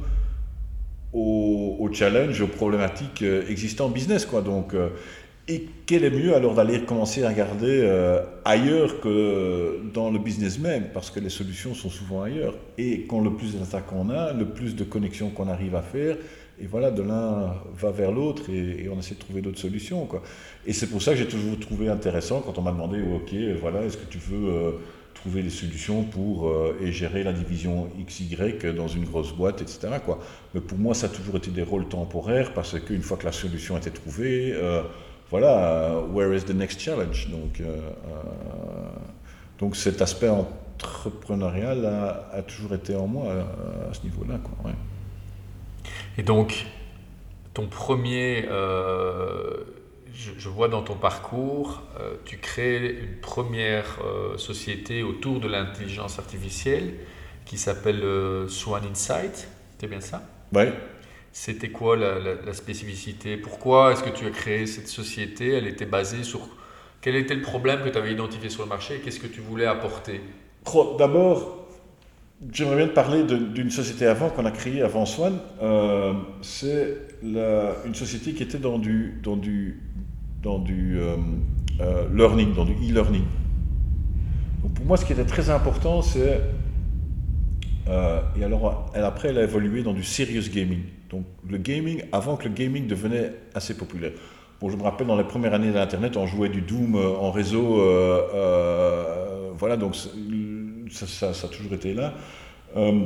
aux, aux challenges, aux problématiques existantes en business, quoi. Donc, euh, et quel est mieux alors d'aller commencer à regarder euh, ailleurs que dans le business même, parce que les solutions sont souvent ailleurs. Et quand le plus de data qu'on a, le plus de connexions qu'on arrive à faire, et voilà, de l'un va vers l'autre et, et on essaie de trouver d'autres solutions, quoi. Et c'est pour ça que j'ai toujours trouvé intéressant quand on m'a demandé, ok, voilà, est-ce que tu veux euh, trouver des solutions pour euh, et gérer la division X Y dans une grosse boîte, et cetera, quoi. Mais pour moi, ça a toujours été des rôles temporaires parce qu'une fois que la solution était trouvée, euh, voilà, uh, where is the next challenge? Donc, euh, euh, donc cet aspect entrepreneurial a, a toujours été en moi à, à ce niveau-là, quoi, ouais. Et donc, ton premier, euh, je, je vois dans ton parcours, euh, tu crées une première euh, société autour de l'intelligence artificielle qui s'appelle euh, Swan Insight, c'est bien ça? Ouais. C'était quoi la, la, la spécificité? Pourquoi est-ce que tu as créé cette société? Elle était basée sur... Quel était le problème que tu avais identifié sur le marché et qu'est-ce que tu voulais apporter? D'abord, j'aimerais bien te parler de, d'une société avant qu'on a créée avant Swan. Euh, c'est la, une société qui était dans du, dans du, dans du euh, euh, learning, dans du e-learning. Donc pour moi, ce qui était très important, c'est... Euh, et alors, elle, après, elle a évolué dans du serious gaming. Donc le gaming, avant que le gaming devenait assez populaire. Bon, je me rappelle, dans les premières années d'Internet, on jouait du Doom euh, en réseau. Euh, euh, voilà, donc ça, ça, ça a toujours été là. Euh,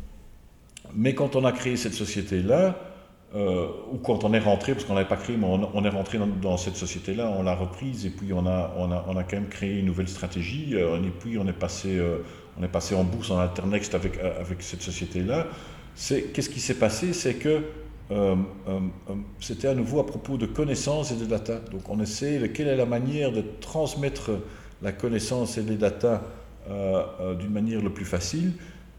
mais quand on a créé cette société-là, euh, ou quand on est rentré, parce qu'on n'avait pas créé, mais on, on est rentré dans, dans cette société-là, on l'a reprise et puis on a, on, a, on a quand même créé une nouvelle stratégie. Euh, et puis on est passé, euh, on est passé en bourse, en Alternext avec, avec cette société-là. C'est, qu'est-ce qui s'est passé? C'est que euh, euh, euh, c'était à nouveau à propos de connaissances et de data. Donc on essaie de quelle est la manière de transmettre la connaissance et les data euh, euh, d'une manière le plus facile.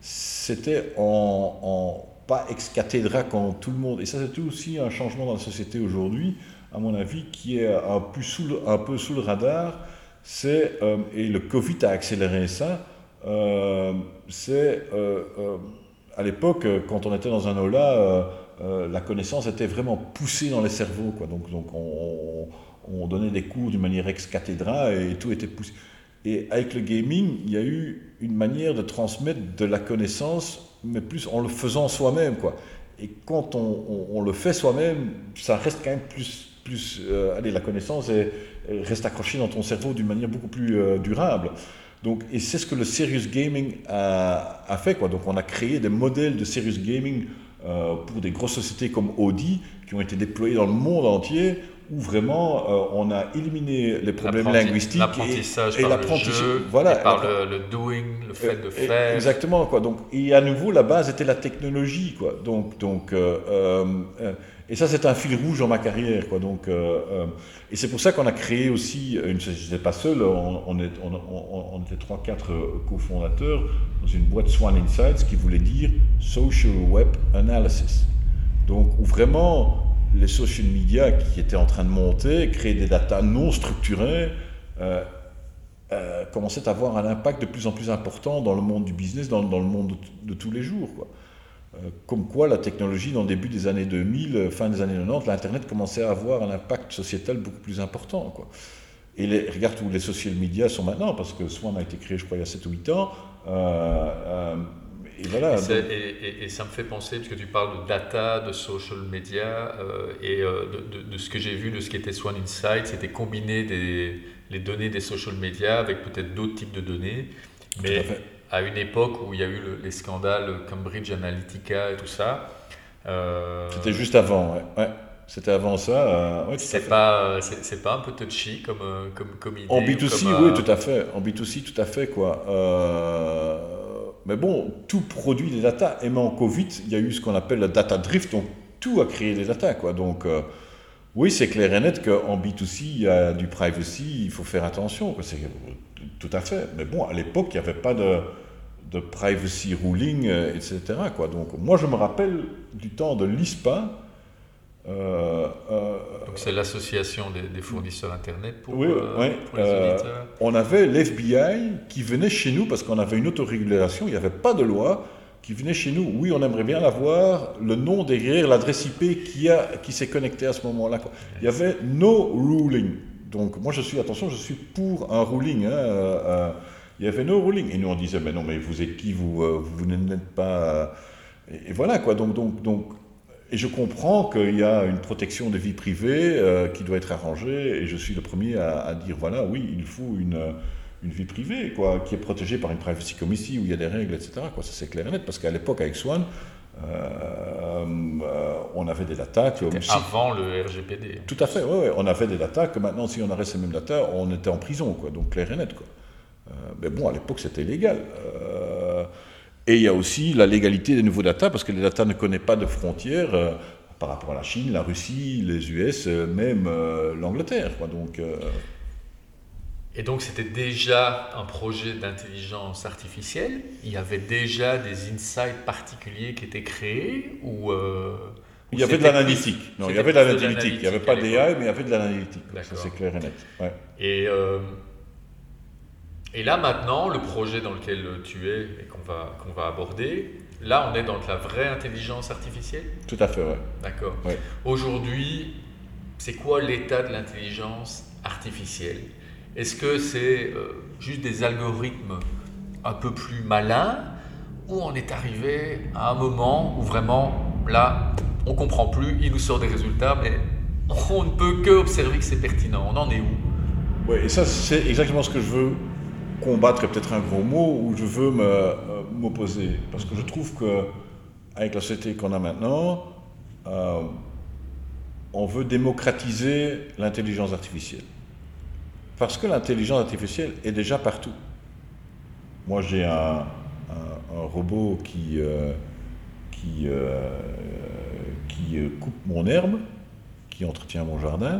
C'était en, en pas ex cathedra quand tout le monde. Et ça, c'est aussi un changement dans la société aujourd'hui, à mon avis, qui est un peu sous le, un peu sous le radar. C'est, euh, et le Covid a accéléré ça, euh, c'est euh, euh, à l'époque, quand on était dans un aula, euh, euh, la connaissance était vraiment poussée dans les cerveaux, quoi. Donc, donc on, on, on donnait des cours d'une manière ex cathedra et tout était poussé. Et avec le gaming, il y a eu une manière de transmettre de la connaissance, mais plus en le faisant soi-même, quoi. Et quand on, on, on le fait soi-même, ça reste quand même plus, plus euh, allez, la connaissance est, reste accrochée dans ton cerveau d'une manière beaucoup plus euh, durable. Donc, et c'est ce que le serious gaming a, a fait, quoi. Donc on a créé des modèles de serious gaming euh, pour des grosses sociétés comme Audi, qui ont été déployés dans le monde entier, où vraiment euh, on a éliminé les problèmes L'apprenti- linguistiques l'apprentissage et, et par l'apprentissage, le jeu, voilà, et par le, le doing, le fait de et, faire. exactement, quoi. Donc, et à nouveau, la base était la technologie, quoi. Donc, donc, euh, euh, et ça, c'est un fil rouge dans ma carrière, quoi. Donc, euh, euh, et c'est pour ça qu'on a créé aussi une société. Je n'étais pas seul, on, on, est, on, on, on était trois, quatre cofondateurs dans une boîte Swan Insights qui voulait dire Social Web Analysis. Donc, où vraiment les social media qui étaient en train de monter, créer des datas non structurées, euh, euh, commençaient à avoir un impact de plus en plus important dans le monde du business, dans, dans le monde de, de tous les jours, quoi. Euh, comme quoi la technologie, dans le début des années deux mille, fin des années quatre-vingt-dix, l'Internet commençait à avoir un impact sociétal beaucoup plus important, quoi. Et les, regarde où les social media sont maintenant, parce que Swan a été créé, je crois, il y a sept ou huit ans. Euh, euh, Et, voilà, et, et, et, et ça me fait penser, parce que tu parles de data, de social media, euh, et euh, de, de, de ce que j'ai vu de ce qu'était Swan Insight, c'était combiner des, les données des social media avec peut-être d'autres types de données. Mais à, à une époque où il y a eu le, les scandales Cambridge Analytica et tout ça. Euh, c'était juste avant, ouais. ouais. C'était avant ça. Euh, ouais, c'est, pas, c'est, c'est pas un peu touchy comme, comme, comme idée? En B deux C, comme, oui, euh... tout à fait. En B deux C, tout à fait, quoi. Euh... Mais bon, tout produit des data. Et même en Covid, il y a eu ce qu'on appelle le data drift. Donc, tout a créé des data, quoi. Donc, euh, Oui, c'est clair et net qu'en B deux C, il y a du privacy, il faut faire attention. Quoi. C'est, tout à fait. Mais bon, à l'époque, il n'y avait pas de, de privacy ruling, euh, et cetera. Quoi. Donc, moi, je me rappelle du temps de l'I S P A. Euh, euh, Donc c'est l'association des, des fournisseurs Internet pour, oui, euh, oui, pour les euh, auditeurs. on avait l'F B I qui venait chez nous parce qu'on avait une autorégulation, il n'y avait pas de loi, qui venait chez nous. Oui, on aimerait bien l'avoir, le nom derrière, l'adresse I P qui, a, qui s'est connectée à ce moment-là. Quoi. Il y avait no ruling. Donc moi je suis, attention, je suis pour un ruling. Hein, euh, euh, il y avait no ruling. Et nous on disait, mais non, mais vous êtes qui, vous, euh, vous n'êtes pas... Euh, et, et voilà quoi, donc... donc, donc et je comprends qu'il y a une protection de vie privée euh, qui doit être arrangée, et je suis le premier à, à dire, voilà, oui, il faut une, une vie privée, quoi, qui est protégée par une privacy committee, où il y a des règles, et cetera. Quoi, ça c'est clair et net, parce qu'à l'époque, avec Swan, euh, euh, on avait des data... C'était si, avant le R G P D. Tout à fait, oui, ouais, on avait des data que maintenant, si on arrête ces mêmes data, on était en prison, quoi, donc clair et net. Quoi. Euh, mais bon, à l'époque, c'était illégal. Euh, Et il y a aussi la légalité des nouveaux data, parce que les data ne connaissent pas de frontières euh, par rapport à la Chine, la Russie, les U S, euh, même euh, l'Angleterre. Quoi. Donc, euh... Et donc c'était déjà un projet d'intelligence artificielle. Il y avait déjà des insights particuliers qui étaient créés ou euh, il y avait de l'analytique. Non, il y avait de l'analytique. Il n'y avait pas d'A I, mais il y avait de l'analytique. Ça, c'est clair et net. Ouais. Et, euh, et là maintenant, le projet dans lequel tu es et qu'on va, qu'on va aborder, là on est dans de la vraie intelligence artificielle ? Tout à fait, ouais. D'accord. Ouais. Aujourd'hui, c'est quoi l'état de l'intelligence artificielle ? Est-ce que c'est euh, juste des algorithmes un peu plus malins, ou on est arrivé à un moment où vraiment, là, on ne comprend plus, il nous sort des résultats, mais on ne peut que observer que c'est pertinent. On en est où ? Oui, et ça, c'est exactement ce que je veux combattre, est peut-être un gros mot, où je veux me, euh, m'opposer. Parce que je trouve qu'avec la société qu'on a maintenant, euh, on veut démocratiser l'intelligence artificielle. Parce que l'intelligence artificielle est déjà partout. Moi, j'ai un, un, un robot qui, euh, qui, euh, qui coupe mon herbe, qui entretient mon jardin.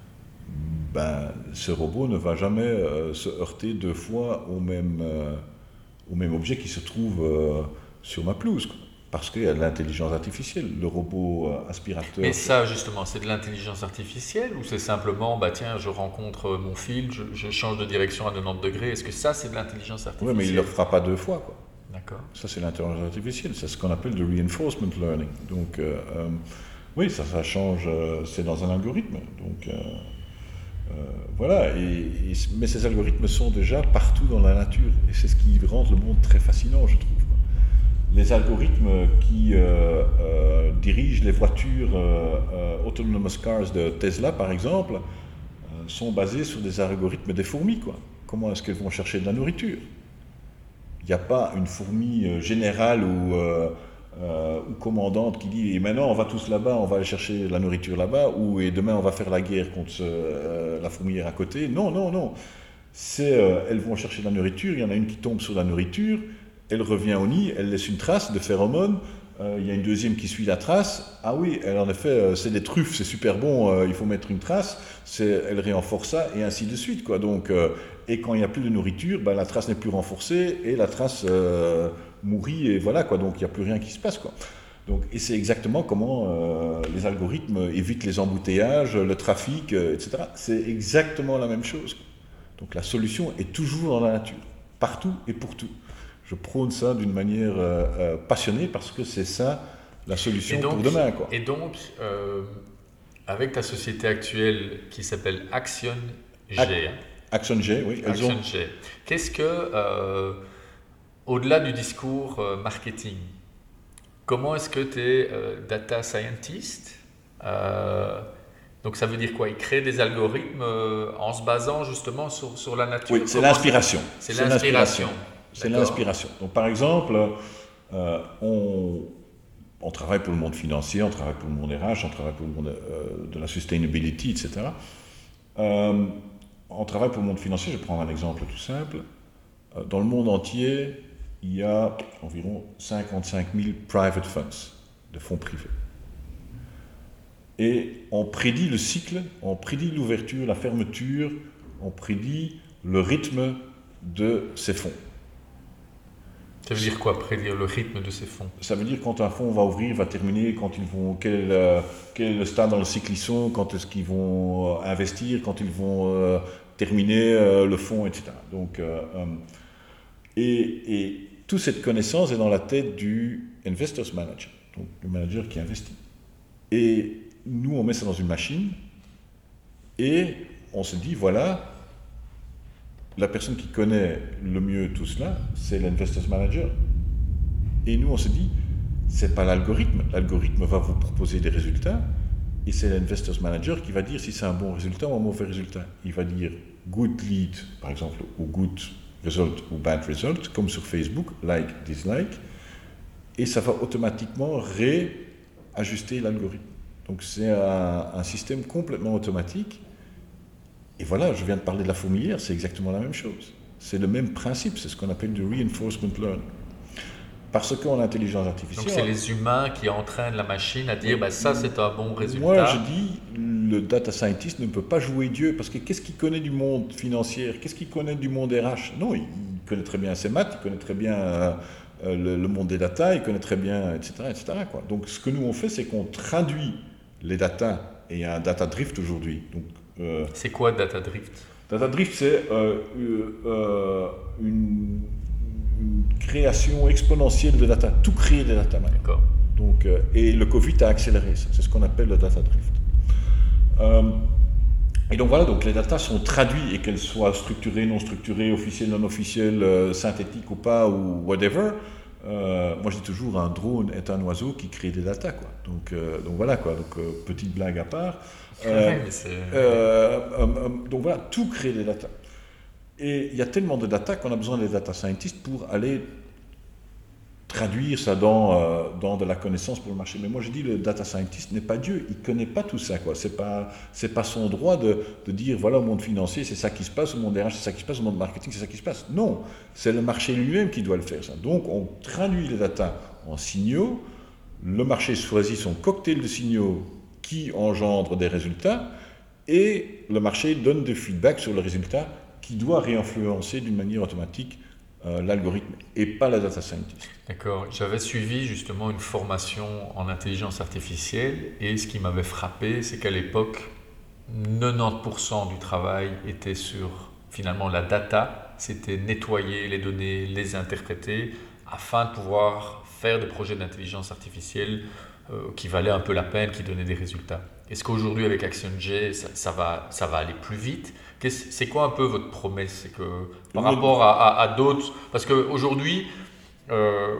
Ben, ce robot ne va jamais euh, se heurter deux fois au même, euh, au même objet qui se trouve euh, sur ma pelouse. Quoi. Parce qu'il y a de l'intelligence artificielle, le robot euh, aspirateur. Mais ça, justement, c'est de l'intelligence artificielle ou c'est simplement, bah tiens, je rencontre mon fil, je, je change de direction à quatre-vingt-dix degrés. Est-ce que ça, c'est de l'intelligence artificielle ? Oui, mais il ne le fera pas deux fois, quoi. D'accord. Ça, c'est l'intelligence artificielle. C'est ce qu'on appelle le reinforcement learning. Donc, euh, euh, oui, ça, ça change. Euh, c'est dans un algorithme. Donc, euh, euh, voilà. Et, et, mais ces algorithmes sont déjà partout dans la nature. Et c'est ce qui rend le monde très fascinant, je trouve. Les algorithmes qui euh, euh, dirigent les voitures euh, euh, autonomous cars de Tesla, par exemple, euh, sont basés sur des algorithmes des fourmis, quoi. Comment est-ce qu'elles vont chercher de la nourriture ? Il n'y a pas une fourmi euh, générale ou, euh, euh, ou commandante qui dit « et maintenant on va tous là-bas, on va aller chercher la nourriture là-bas » ou « et demain on va faire la guerre contre euh, la fourmilière à côté ». Non, non, non. C'est, euh, elles vont chercher de la nourriture, il y en a une qui tombe sur la nourriture, elle revient au nid, elle laisse une trace de phéromones, euh, il y a une deuxième qui suit la trace. Ah oui, elle, en effet, euh, c'est des truffes, c'est super bon, euh, il faut mettre une trace, c'est, elle renforce ça, et ainsi de suite. Quoi. Donc, euh, et quand il n'y a plus de nourriture, ben, la trace n'est plus renforcée, et la trace euh, mourit, et voilà, quoi. Donc il n'y a plus rien qui se passe. Quoi. Donc, et c'est exactement comment euh, les algorithmes évitent les embouteillages, le trafic, euh, et cetera. C'est exactement la même chose. Quoi. Donc la solution est toujours dans la nature, partout et pour tout. Je prône ça d'une manière euh, euh, passionnée parce que c'est ça la solution donc, pour demain. Quoi. Et donc, euh, avec ta société actuelle qui s'appelle Action G, Ac- Action G, oui. Elles Action ont... G, qu'est-ce que, euh, au-delà du discours euh, marketing, comment est-ce que tu es euh, data scientist euh, Donc ça veut dire quoi ? Ils créent des algorithmes euh, en se basant justement sur, sur la nature. Oui, c'est comment l'inspiration. C'est, c'est l'inspiration. l'inspiration. C'est l'inspiration. Donc, par exemple, euh, on, on travaille pour le monde financier, on travaille pour le monde R H, on travaille pour le monde euh, de la sustainability, et cetera. Euh, on travaille pour le monde financier, je vais prendre un exemple tout simple. Euh, dans le monde entier, il y a environ cinquante-cinq mille private funds, de fonds privés. et on prédit le cycle, on prédit l'ouverture, la fermeture, on prédit le rythme de ces fonds. Ça veut dire quoi, prédire le rythme de ces fonds? Ça veut dire quand un fonds va ouvrir, va terminer, quand ils vont, quel, euh, quel est le stade dans le cycle ils sont, quand est-ce qu'ils vont euh, investir, quand ils vont euh, terminer euh, le fonds, et cetera. Donc, euh, euh, et, et toute cette connaissance est dans la tête du investors manager, donc le manager qui investit. Et nous, on met ça dans une machine et on se dit, voilà, la personne qui connaît le mieux tout cela, c'est l'investors manager. Et nous, on se dit, c'est pas l'algorithme. L'algorithme va vous proposer des résultats et c'est l'investors manager qui va dire si c'est un bon résultat ou un mauvais résultat. Il va dire good lead, par exemple, ou good result ou bad result, comme sur Facebook, like, dislike, et ça va automatiquement réajuster l'algorithme. Donc c'est un, un système complètement automatique. Et voilà, je viens de parler de la fourmilière, c'est exactement la même chose. C'est le même principe, c'est ce qu'on appelle du reinforcement learning. Parce qu'en intelligence artificielle... Donc c'est les humains qui entraînent la machine à dire bah, ça c'est un bon résultat. Moi je dis, le data scientist ne peut pas jouer Dieu, parce que qu'est-ce qu'il connaît du monde financier? Qu'est-ce qu'il connaît du monde R H? Non, il connaît très bien ses maths, il connaît très bien euh, le, le monde des data, il connaît très bien, et cetera et cetera quoi. Donc ce que nous on fait, c'est qu'on traduit les data, et il y a un data drift aujourd'hui. Donc, euh, c'est quoi data drift? Data drift, c'est euh, euh, une... une création exponentielle de data, tout créer des data. D'accord. Donc, euh, et le Covid a accéléré ça, c'est ce qu'on appelle le data drift. Euh, et donc voilà, donc les data sont traduits, et qu'elles soient structurées, non structurées, officielles, non officielles, euh, synthétiques ou pas, ou whatever. Euh, moi je dis toujours, un drone est un oiseau qui crée des data, quoi. Donc, euh, donc voilà, quoi. Donc euh, petite blague à part. Euh, ouais, mais c'est... euh, euh, donc voilà, tout crée des data. Et il y a tellement de data qu'on a besoin des data scientists pour aller traduire ça dans, euh, dans de la connaissance pour le marché. Mais moi je dis, le data scientist n'est pas Dieu, il ne connaît pas tout ça, quoi. C'est pas, c'est pas son droit de, de dire voilà, au monde financier c'est ça qui se passe, au monde R H c'est ça qui se passe, au monde marketing c'est ça qui se passe. Non, c'est le marché lui-même qui doit le faire, ça. Donc on traduit les data en signaux, le marché choisit son cocktail de signaux qui engendre des résultats, et le marché donne des feedbacks sur le résultat qui doit réinfluencer d'une manière automatique euh, l'algorithme et pas la data scientist. D'accord. J'avais suivi justement une formation en intelligence artificielle, et ce qui m'avait frappé, c'est qu'à l'époque, quatre-vingt-dix pour cent du travail était sur finalement la data, c'était nettoyer les données, les interpréter, afin de pouvoir faire des projets d'intelligence artificielle euh, qui valaient un peu la peine, qui donnaient des résultats. Est-ce qu'aujourd'hui avec ActionJ, ça, ça, va, ça va aller plus vite? C'est quoi un peu votre promesse? C'est que par oui. rapport à, à, à d'autres, parce qu'aujourd'hui, euh,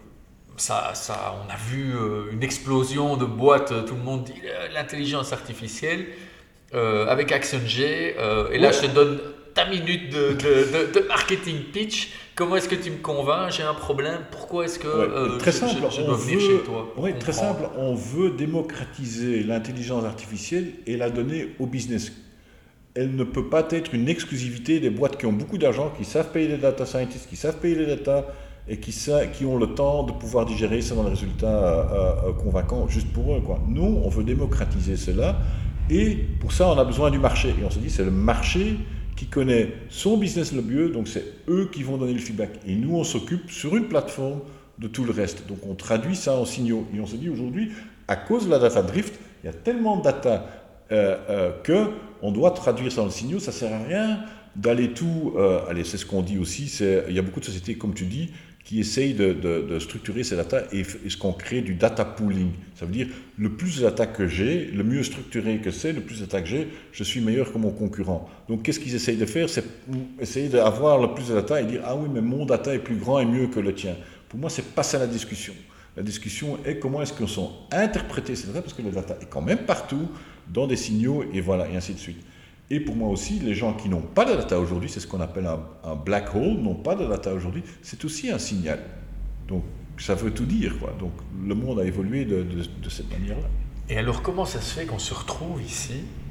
ça, ça, on a vu euh, une explosion de boîtes, tout le monde dit euh, l'intelligence artificielle, euh, avec ActionJ, euh, et là ouais. je te donne ta minute de, de, de, de marketing pitch. Comment est-ce que tu me convaincs? J'ai un problème. Pourquoi est-ce que ouais, euh, très je, simple, je, je dois venir veut, chez toi? Oui, très simple. On veut démocratiser l'intelligence artificielle et la donner au business. Elle ne peut pas être une exclusivité des boîtes qui ont beaucoup d'argent, qui savent payer les data scientists, qui savent payer les data et qui, sa, qui ont le temps de pouvoir digérer ça dans les résultats euh, euh, convaincants juste pour eux, quoi. Nous, on veut démocratiser cela, et pour ça, on a besoin du marché. Et on se dit, c'est le marché qui connaît son business le mieux, donc c'est eux qui vont donner le feedback. Et nous, on s'occupe sur une plateforme de tout le reste. Donc on traduit ça en signaux. Et on se dit aujourd'hui, à cause de la data drift, il y a tellement de data euh, euh, qu'on doit traduire ça en signaux. Ça ne sert à rien d'aller tout... Euh, allez, c'est ce qu'on dit aussi. Il y a beaucoup de sociétés, comme tu dis, qui essayent de, de, de structurer ces data, et, et ce qu'on crée du data pooling. Ça veut dire, le plus de data que j'ai, le mieux structuré que c'est, le plus de data que j'ai, je suis meilleur que mon concurrent. Donc qu'est-ce qu'ils essayent de faire? C'est essayer d'avoir le plus de data et dire, ah oui, mais mon data est plus grand et mieux que le tien. Pour moi, c'est pas ça la discussion. La discussion est comment est-ce que sont interprétés ces data, parce que le data est quand même partout, dans des signaux, et voilà, et ainsi de suite. Et pour moi aussi, les gens qui n'ont pas de data aujourd'hui, c'est ce qu'on appelle un, un black hole, n'ont pas de data aujourd'hui, c'est aussi un signal. Donc ça veut tout dire, quoi. Donc le monde a évolué de, de, de cette manière-là. Et alors comment ça se fait qu'on se retrouve ici,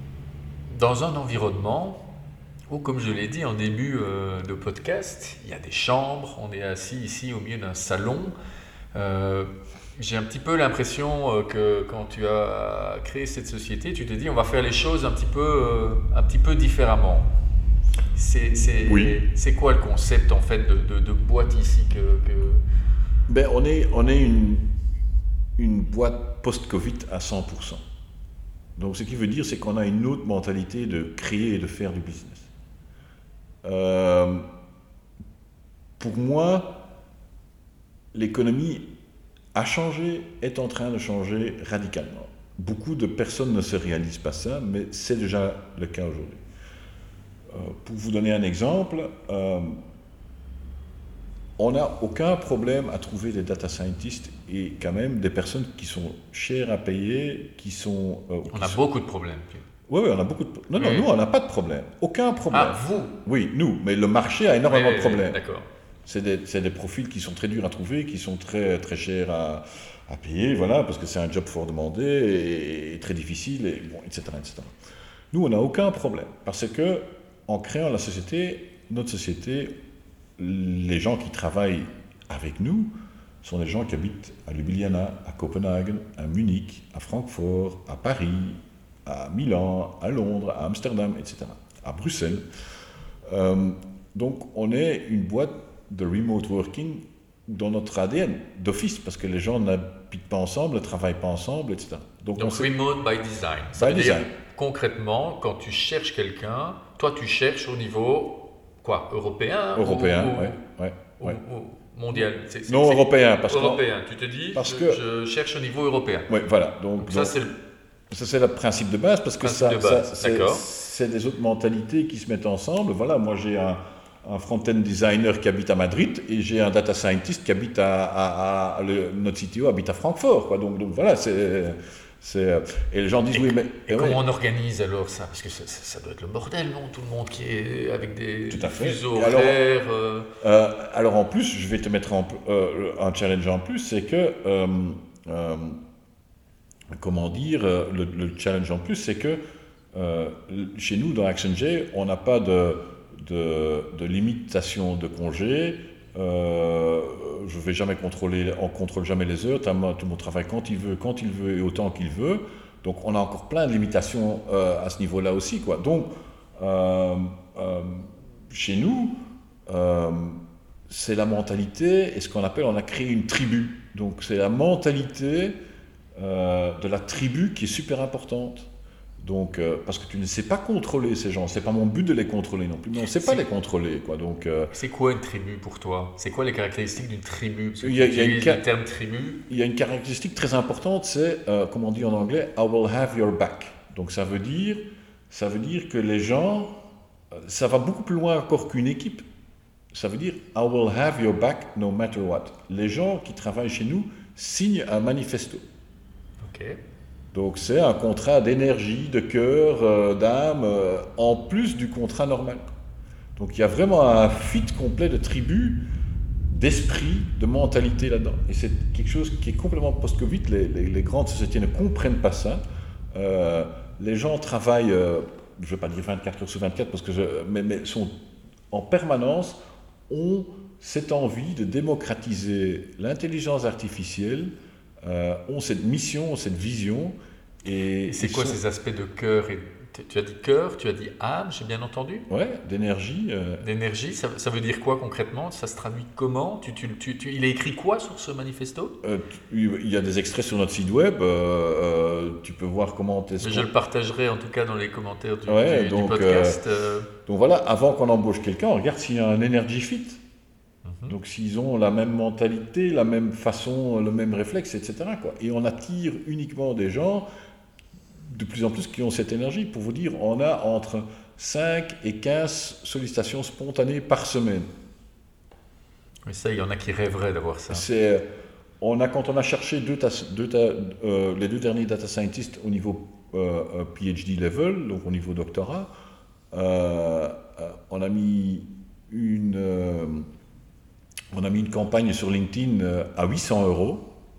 dans un environnement où, comme je l'ai dit en début euh, de podcast, il y a des chambres, on est assis ici au milieu d'un salon, euh, J'ai un petit peu l'impression euh, que quand tu as créé cette société, tu t'es dit on va faire les choses un petit peu, euh, un petit peu différemment. C'est, c'est, Oui. c'est quoi le concept en fait de, de, de boîte ici que, que... Ben, on est, on est une, une boîte post-Covid à cent pour cent. Donc ce qui veut dire, c'est qu'on a une autre mentalité de créer et de faire du business. Euh, pour moi, l'économie a changé, est en train de changer radicalement. Beaucoup de personnes ne se réalisent pas ça, mais c'est déjà le cas aujourd'hui. Euh, pour vous donner un exemple, euh, on n'a aucun problème à trouver des data scientists et quand même des personnes qui sont chères à payer, qui sont... euh, On qui a sont... beaucoup de problèmes. Oui, oui, on a beaucoup de... Non, non, Oui. nous, on n'a pas de problème. Aucun problème. Ah, vous? Oui, nous, mais le marché a énormément Oui, de problèmes. D'accord. C'est des, c'est des profils qui sont très durs à trouver, qui sont très, très chers à, à payer, voilà, parce que c'est un job fort demandé et, et très difficile, et bon, et cetera, et cetera. Nous, on n'a aucun problème, parce que en créant la société, notre société, les gens qui travaillent avec nous sont des gens qui habitent à Ljubljana, à Copenhague, à Munich, à Francfort, à Paris, à Milan, à Londres, à Amsterdam, et cetera, à Bruxelles. Euh, donc, on est une boîte de remote working dans notre A D N, d'office, parce que les gens n'habitent pas ensemble, ne travaillent pas ensemble, et cetera. Donc, on sait... remote by design. Ça by veut design. dire, concrètement, quand tu cherches quelqu'un, toi tu cherches au niveau, quoi, européen Européen, ou, ouais, ouais, ou, ouais. ou mondial c'est, c'est, Non, c'est européen, parce que... Européen, tu te dis, parce je, que... je cherche au niveau européen. Oui, voilà. Donc, donc ça, donc, c'est le... Ça, c'est le principe de base, parce que principe ça, de base. ça c'est, c'est des autres mentalités qui se mettent ensemble. Voilà, moi j'ai un, un front-end designer qui habite à Madrid et j'ai un data scientist qui habite à, à, à le, notre C T O habite à Francfort, quoi. Donc, donc voilà, c'est, c'est et les gens disent et, oui, mais et, et ouais. comment on organise alors ça? Parce que ça, ça, ça doit être le bordel, non? Tout le monde qui est avec des Tout à fait. fuseaux alors, horaires. Euh... Euh, alors en plus, je vais te mettre en, euh, un challenge en plus, c'est que euh, euh, comment dire, le, le challenge en plus, c'est que euh, chez nous, dans ActionJ, on n'a pas de, de, de limitation de congés. Euh, je ne vais jamais contrôler, on ne contrôle jamais les heures. Tout le monde travaille quand il veut, quand il veut et autant qu'il veut. Donc, on a encore plein de limitations euh, à ce niveau-là aussi, quoi. Donc, euh, euh, chez nous, euh, c'est la mentalité et ce qu'on appelle, on a créé une tribu. Donc, c'est la mentalité Euh, de la tribu qui est super importante. Donc, euh, parce que tu ne sais pas contrôler ces gens. C'est pas mon but de les contrôler non plus. Mais on ne sait pas c'est... les contrôler, quoi. Donc, euh... c'est quoi une tribu pour toi? C'est quoi les caractéristiques d'une tribu? Parce que il y a, tu il y a utilises une... le terme tribu. Il y a une caractéristique très importante, c'est, euh, comme on dit en anglais, I will have your back. Donc, ça veut dire, ça veut dire que les gens, ça va beaucoup plus loin encore qu'une équipe. Ça veut dire I will have your back no matter what. Les gens qui travaillent chez nous signent un manifesto. Okay. Donc c'est un contrat d'énergie, de cœur, euh, d'âme, euh, en plus du contrat normal. Donc il y a vraiment un fit complet de tribu, d'esprit, de mentalité là-dedans. Et c'est quelque chose qui est complètement post-Covid. Les, les, les grandes sociétés ne comprennent pas ça. Euh, les gens travaillent, euh, je ne vais pas dire vingt-quatre heures sur vingt-quatre, parce que je, mais, mais sont en permanence, ont cette envie de démocratiser l'intelligence artificielle, Euh, ont cette mission, ont cette vision. Et, et c'est quoi sont... ces aspects de cœur et... Tu as dit cœur, tu as dit âme, j'ai bien entendu? Ouais, d'énergie. Euh... D'énergie, ça, ça veut dire quoi concrètement? Ça se traduit comment? tu, tu, tu, tu, Il est écrit quoi sur ce manifesto? euh, Il y a des extraits sur notre site web, euh, euh, tu peux voir comment... Mais je le partagerai en tout cas dans les commentaires du, ouais, du, donc, du podcast. Euh, donc voilà, avant qu'on embauche quelqu'un, on regarde s'il y a un energy fit. Donc s'ils ont la même mentalité, la même façon, le même réflexe, et cetera, quoi. Et on attire uniquement des gens de plus en plus qui ont cette énergie. Pour vous dire, on a entre cinq et quinze sollicitations spontanées par semaine. Mais ça, il y en a qui rêveraient d'avoir ça. C'est, on a, quand on a cherché deux tas, deux tas, euh, les deux derniers data scientists au niveau euh, P H D level, donc au niveau doctorat, euh, on a mis une... Euh, On a mis une campagne sur LinkedIn à huit cents euros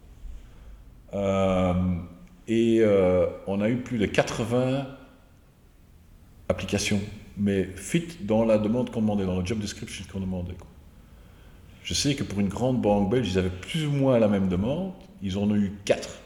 euh, et euh, on a eu plus de quatre-vingts applications, mais fit dans la demande qu'on demandait, dans le job description qu'on demandait, quoi. Je sais que pour une grande banque belge, ils avaient plus ou moins la même demande. Ils en ont eu quatre.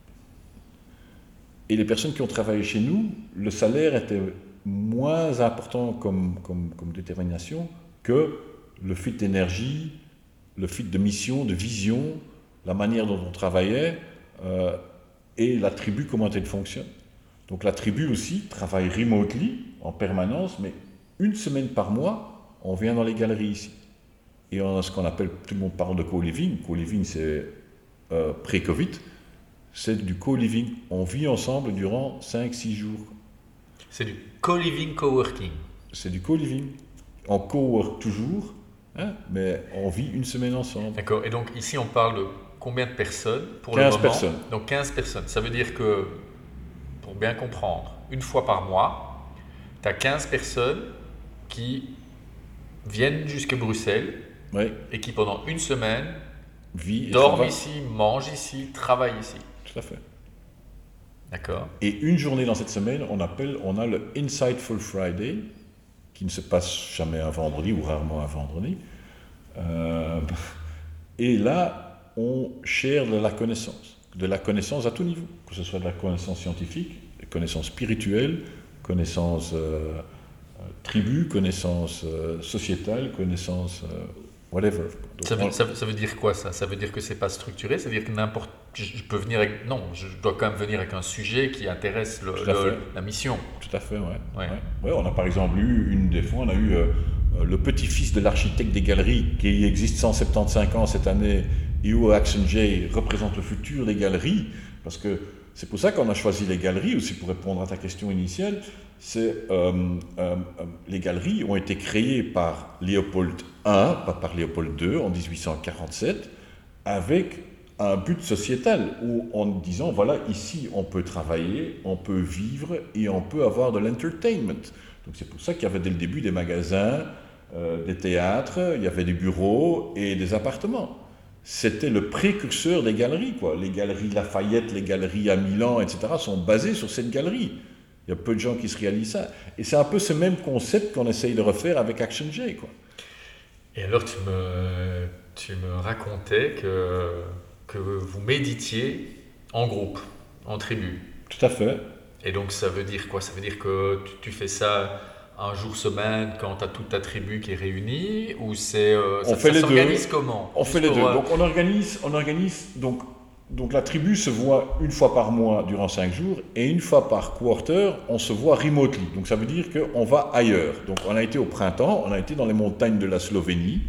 Et les personnes qui ont travaillé chez nous, le salaire était moins important comme, comme, comme détermination que le fit d'énergie, le fit de mission, de vision, la manière dont on travaillait euh, et la tribu, comment elle fonctionne. Donc la tribu aussi travaille remotely, en permanence, mais une semaine par mois, on vient dans les galeries ici. Et on a ce qu'on appelle, tout le monde parle de co-living. Co-living, c'est euh, pré-Covid. C'est du co-living. On vit ensemble durant cinq six jours. C'est du co-living, co-working. C'est du co-living. On co-work toujours, hein, mais on vit une semaine ensemble. D'accord. Et donc ici, on parle de combien de personnes pour quinze le moment? personnes. Donc quinze personnes. Ça veut dire que, pour bien comprendre, une fois par mois, tu as quinze personnes qui viennent jusqu'à Bruxelles Oui. et qui, pendant une semaine, Vie et dorment travail. ici, mangent ici, travaillent ici. Tout à fait. D'accord. Et une journée dans cette semaine, on appelle, on a le Insightful Friday, qui ne se passe jamais un vendredi ou rarement un vendredi. Euh, et là, on share de la connaissance, de la connaissance à tout niveau, que ce soit de la connaissance scientifique, des connaissances spirituelles, connaissances euh, euh, tribu, connaissances euh, sociétales, connaissances euh, whatever. Donc, Ça veut, on- ça, veut- ça veut dire quoi ça? Ça veut dire que c'est pas structuré? Ça veut dire que n'importe, je, je peux venir avec, non, je dois quand même venir avec un sujet qui intéresse le- Tout à le- fait. la mission. Tout à fait, ouais. Ouais. Ouais. Ouais, on a par exemple eu, une des fois, on a eu euh, euh, le petit-fils de l'architecte des galeries, qui existe cent soixante-quinze ans cette année, et où Action J représente le futur des galeries, parce que c'est pour ça qu'on a choisi les galeries, aussi pour répondre à ta question initiale, c'est euh, euh, euh, les galeries ont été créées par Léopold I, pas par Léopold deux, en dix-huit cent quarante-sept, avec un but sociétal, où en disant, voilà, ici on peut travailler, on peut vivre et on peut avoir de l'entertainment. Donc c'est pour ça qu'il y avait dès le début des magasins, euh, des théâtres, il y avait des bureaux et des appartements. C'était le précurseur des galeries, quoi. Les galeries Lafayette, les galeries à Milan, et cetera sont basées sur cette galerie. Il y a peu de gens qui se réalisent ça. Et c'est un peu ce même concept qu'on essaye de refaire avec Action J, quoi. Et alors tu me, tu me racontais que, que vous méditiez en groupe, en tribu. Tout à fait. Et donc ça veut dire quoi? Ça veut dire que tu, tu fais ça un jour semaine quand tu as toute ta tribu qui est réunie, ou c'est euh, On ça, fait ça les deux. s'organise comment? On Juste fait les pour, deux. euh, Donc on organise, on organise donc, donc la tribu se voit une fois par mois durant cinq jours, et une fois par quarter, on se voit remotely. Donc ça veut dire qu'on va ailleurs. Donc on a été au printemps, on a été dans les montagnes de la Slovénie,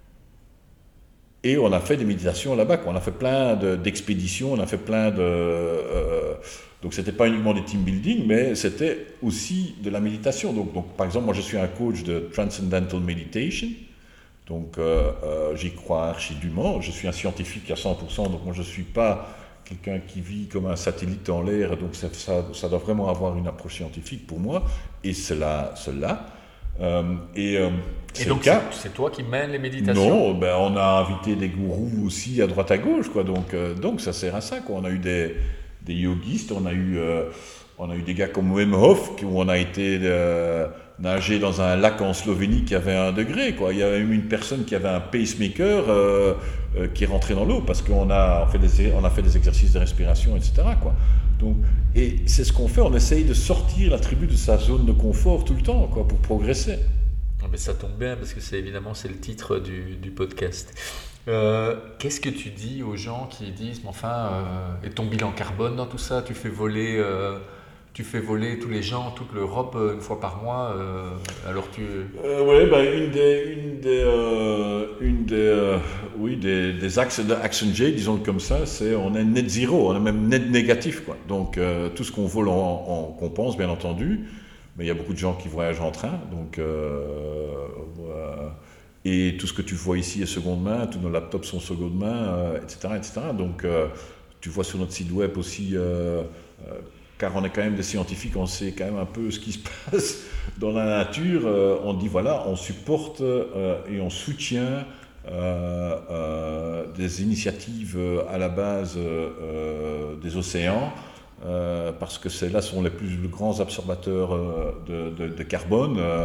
et on a fait des méditations là-bas, quoi. On a fait plein de- d'expéditions, on a fait plein de... euh, donc c'était pas uniquement des team building, mais c'était aussi de la méditation. Donc, donc par exemple, moi je suis un coach de Transcendental Meditation, donc euh, euh, j'y crois archidûment. Je suis un scientifique à cent pour cent, donc moi je ne suis pas quelqu'un qui vit comme un satellite en l'air, donc ça, ça, ça doit vraiment avoir une approche scientifique pour moi, et cela, cela. Euh, et euh, Et c'est donc le cas. c'est c'est toi qui mènes les méditations? Non, ben on a invité des gourous aussi à droite à gauche, quoi. Donc, euh, donc ça sert à ça, quoi. On a eu des, des yogistes, on a eu, euh, on a eu des gars comme Wim Hof, qui- où on a été euh, nager dans un lac en Slovénie qui avait un degré, quoi. Il y avait même une personne qui avait un pacemaker euh, euh, qui est rentré dans l'eau parce qu'on a fait des, on a fait des exercices de respiration, et cetera, quoi. Donc, et c'est ce qu'on fait, on essaye de sortir la tribu de sa zone de confort tout le temps, quoi, pour progresser. Ah ben ça tombe bien parce que c'est évidemment c'est le titre du, du podcast. Euh, Qu'est-ce que tu dis aux gens qui disent, mais enfin, euh, et ton bilan carbone dans tout ça, tu fais voler, euh, tu fais voler tous les gens, toute l'Europe euh, une fois par mois, euh, alors tu... Euh, oui, ben, une des, une des, euh, une des, euh, oui, des, des axes de Action J, disons comme ça, c'est on est net zéro, on est même net négatif, quoi. Donc euh, tout ce qu'on vole, on, on compense, bien entendu, mais il y a beaucoup de gens qui voyagent en train, donc euh, voilà. Et tout ce que tu vois ici est seconde main, tous nos laptops sont seconde main, euh, et cetera, et cetera. Donc euh, tu vois sur notre site web aussi. Euh, euh, car on est quand même des scientifiques, on sait quand même un peu ce qui se passe dans la nature. Euh, on dit voilà, on supporte euh, et on soutient euh, euh, des initiatives euh, à la base euh, des océans, euh, parce que c'est là sont les plus grands absorbateurs euh, de, de, de carbone. Euh,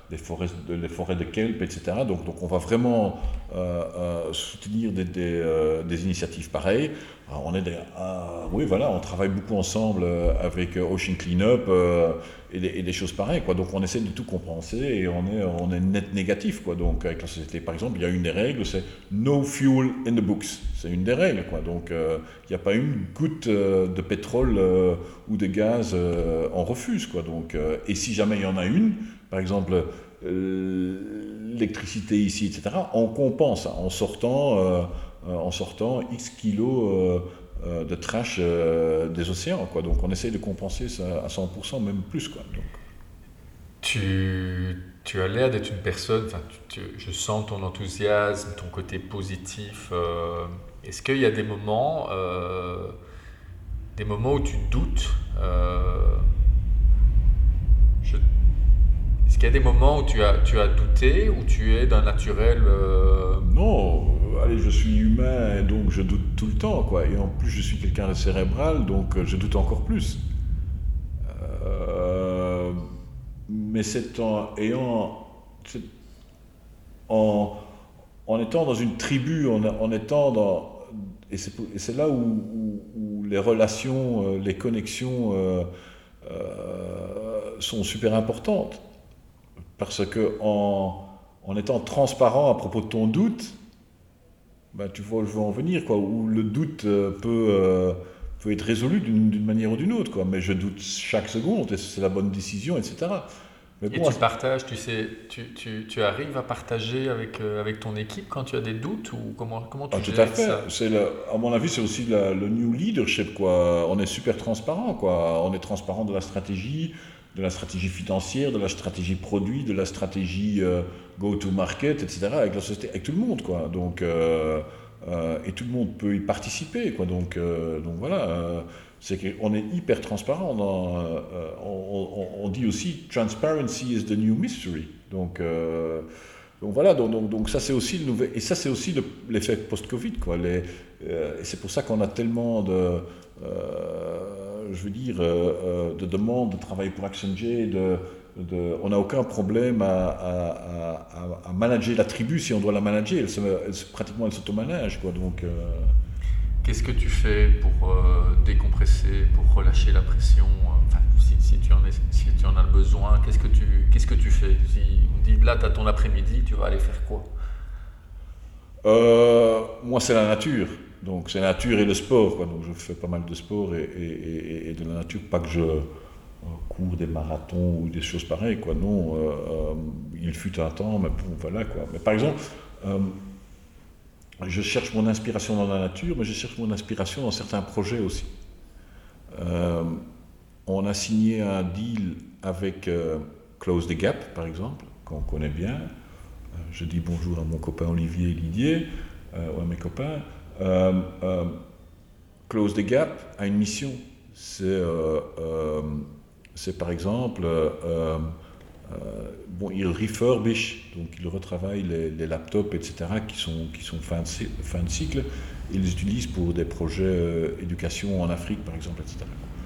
des forêts de, les forêts de kelp, et cetera. Donc, donc on va vraiment euh, euh, soutenir des, des, euh, des initiatives pareilles. Alors, on est des, euh, oui, voilà, on travaille beaucoup ensemble euh, avec Ocean Cleanup euh, et, des, et des choses pareilles, quoi. Donc on essaie de tout compenser et on est, on est net négatif, quoi. Donc avec la société, par exemple, il y a une des règles, c'est no fuel in the books. C'est une des règles, quoi. Donc euh, il n'y a pas une goutte euh, de pétrole euh, ou de gaz, euh, on refuse, quoi. Donc, euh, et si jamais il y en a une, par exemple, euh, l'électricité ici, et cetera, on compense hein, en sortant, euh, euh, en sortant X kilos euh, euh, de trash euh, des océans, quoi. Donc on essaye de compenser ça à cent pour cent, même plus, quoi. Donc. Tu, tu as l'air d'être une personne, enfin, tu- tu- je sens ton enthousiasme, ton côté positif. euh, est-ce qu'il y a des moments, euh, des moments où tu doutes euh, je- Est-ce qu'il y a des moments où tu as, tu as douté, où tu es d'un naturel euh, Non, euh, allez, je suis humain et donc je doute tout le temps, quoi. Et en plus, je suis quelqu'un de cérébral, donc euh, je doute encore plus. Euh, mais c'est en ayant, c'est en, en étant dans une tribu, en, en étant dans, et c'est, et c'est là où, où- où les relations, euh, les connexions euh, euh, sont super importantes. Parce que en, en étant transparent à propos de ton doute, bah, tu vois où je veux en venir, quoi, où le doute euh, peut, euh, peut être résolu d'une, d'une manière ou d'une autre, quoi. Mais je doute chaque seconde, et c'est la bonne décision, et cetera. Mais et bon, tu partages, tu sais, tu, tu, tu arrives à partager avec, euh, avec ton équipe quand tu as des doutes ou comment, comment ah, tu tout à gères fait. ça? C'est le- à mon avis, c'est aussi la- le new leadership, quoi. On est super transparent, quoi. On est transparent de la stratégie, de la stratégie financière, de la stratégie produit, de la stratégie euh, go-to-market, et cetera. Avec la société, avec tout le monde, quoi. Donc, euh, euh, et tout le monde peut y participer, quoi. Donc, euh, donc voilà. euh, c'est qu'on est hyper transparent. Dans, euh, euh, on, on- on dit aussi transparency is the new mystery. Donc, euh, donc voilà, donc, donc, donc ça c'est aussi le nouvel, et ça c'est aussi le- l'effet post-Covid, quoi. Les, euh, et c'est pour ça qu'on a tellement de, euh, je veux dire, euh, euh, de demandes de travail pour ActionJ, de, de, on n'a aucun problème à, à, à, à manager la tribu si on doit la manager, elle se, elle se- pratiquement elle s'automanage, quoi. Donc, euh, Qu'est-ce que tu fais pour euh, décompresser, pour relâcher la pression euh, enfin, si, si tu en es, si tu en as le besoin, qu'est-ce que tu, qu'est-ce que tu fais? Si on dit là, tu as ton après-midi, tu vas aller faire quoi? Euh, moi, c'est la nature. Donc, c'est la nature et le sport, quoi. Donc, je fais pas mal de sport et, et- et- et de la nature. Pas que je euh, cours des marathons ou des choses pareilles, quoi. Non, euh, euh, il fut un temps, mais bon, voilà, quoi. Mais par exemple, euh, je cherche mon inspiration dans la nature, mais je cherche mon inspiration dans certains projets aussi. Euh, on a signé un deal avec euh, Close the Gap, par exemple, qu'on connaît bien. Euh, Je dis bonjour à mon copain Olivier Lidier, euh, ou à mes copains. Euh, euh, Close the Gap a une mission. C'est, euh, euh, c'est par exemple, euh, euh, bon, il refurbish, donc il retravaille les, les laptops, et cetera, qui sont, qui sont fin, de, cy- fin de cycle. Il les utilise pour des projets euh, éducation en Afrique, par exemple, et cetera.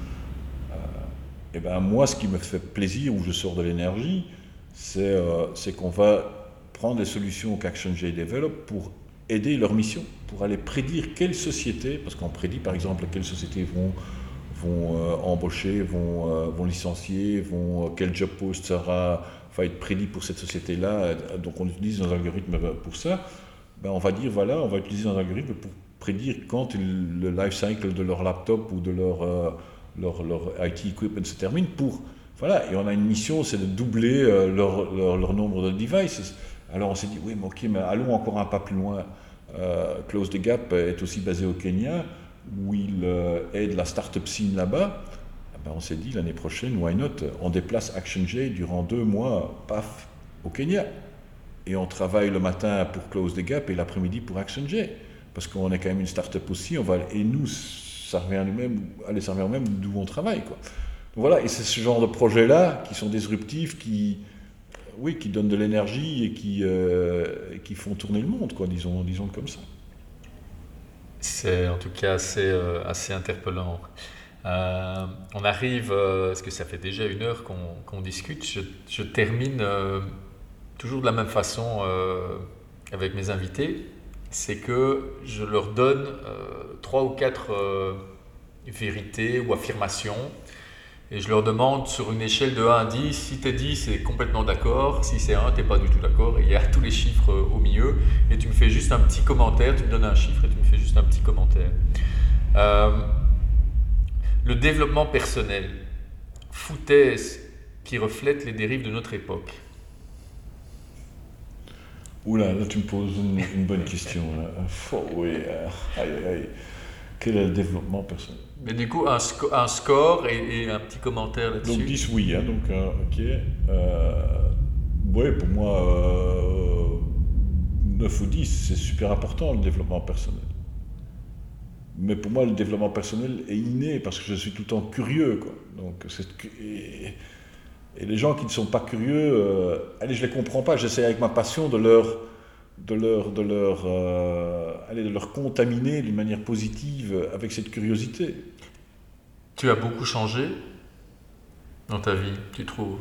Et ben moi, ce qui me fait plaisir, où je sors de l'énergie, c'est euh, c'est qu'on va prendre des solutions qu'ActionJ développe pour aider leur mission, pour aller prédire quelles sociétés, parce qu'on prédit par exemple quelles sociétés vont, vont euh, embaucher, vont, euh, vont licencier, vont, euh, quel job post sera, va être prédit pour cette société-là. Euh, Donc on utilise nos algorithmes pour ça. Ben on va dire voilà, on va utiliser nos algorithmes pour prédire quand il- le life cycle de leur laptop ou de leur, euh, leur, leur I T equipment se termine pour. Voilà, et on a une mission, c'est de doubler euh, leur, leur, leur nombre de devices. Alors on s'est dit, oui, mais ok, mais allons encore un pas plus loin. Euh, Close the Gap est aussi basé au Kenya, où il euh, aide la startup scene là-bas. Eh ben, on s'est dit, l'année prochaine, why not? On déplace ActionJ durant deux mois, paf, au Kenya. Et on travaille le matin pour Close the Gap et l'après-midi pour ActionJ. Parce qu'on est quand même une start-up aussi, on va, et nous, ça revient à nous-mêmes, allez, ça revient à nous-mêmes d'où on travaille, quoi. Donc voilà, et c'est ce genre de projets-là qui sont disruptifs, qui, oui, qui donnent de l'énergie et qui, euh, et qui font tourner le monde, quoi, disons, disons comme ça. C'est en tout cas assez, euh, assez interpellant. Euh, on arrive, euh, parce que ça fait déjà une heure qu'on qu'on discute, je, je termine euh, toujours de la même façon euh, avec mes invités, c'est que je leur donne euh, trois ou quatre euh, vérités ou affirmations et je leur demande sur une échelle de un à dix, si tu es dix, c'est complètement d'accord, si c'est un, tu n'es pas du tout d'accord, et il y a tous les chiffres euh, au milieu et tu me fais juste un petit commentaire, tu me donnes un chiffre et tu me fais juste un petit commentaire. Euh, le développement personnel, foutaise qui reflète les dérives de notre époque. Oula, là tu me poses une, une bonne question. Là. Oh, oui, euh, aïe, aïe, aïe. Quel est le développement personnel? Mais du coup, un, sco- un score et, et un petit commentaire là-dessus. Donc dix oui, hein, donc euh, ok. Euh, ouais, pour moi, euh, neuf ou dix, c'est super important le développement personnel. Mais pour moi, le développement personnel est inné parce que je suis tout le temps curieux, quoi. Donc, c'est, et, et les gens qui ne sont pas curieux, euh, allez, je les comprends pas. J'essaie avec ma passion de leur, de leur, de leur, euh, allez, de leur contaminer d'une manière positive avec cette curiosité. Tu as beaucoup changé dans ta vie, tu trouves?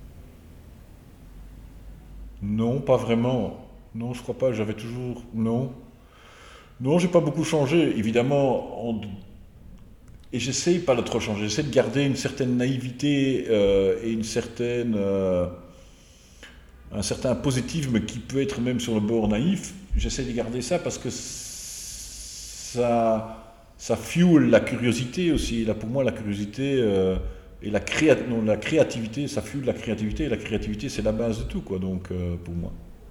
Non, pas vraiment. Non, je crois pas. J'avais toujours, non. Non, j'ai pas beaucoup changé. Évidemment, on- et j'essaye pas de trop changer. J'essaie de garder une certaine naïveté euh, et une certaine, euh, un certain positivisme qui peut être même sur le bord naïf. J'essaie de garder ça parce que ça, ça fuel la curiosité aussi. Là, pour moi, la curiosité euh, et la, créa- non, la créativité, ça fuel la créativité. Et la créativité, c'est la base de tout, quoi. Donc, euh, pour moi.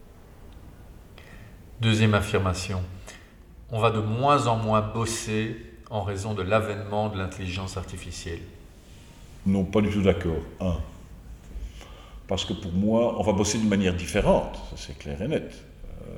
Deuxième affirmation. On va de moins en moins bosser en raison de l'avènement de l'intelligence artificielle. Non, pas du tout d'accord. Un. Parce que pour moi, on va bosser d'une manière différente, ça c'est clair et net. Euh,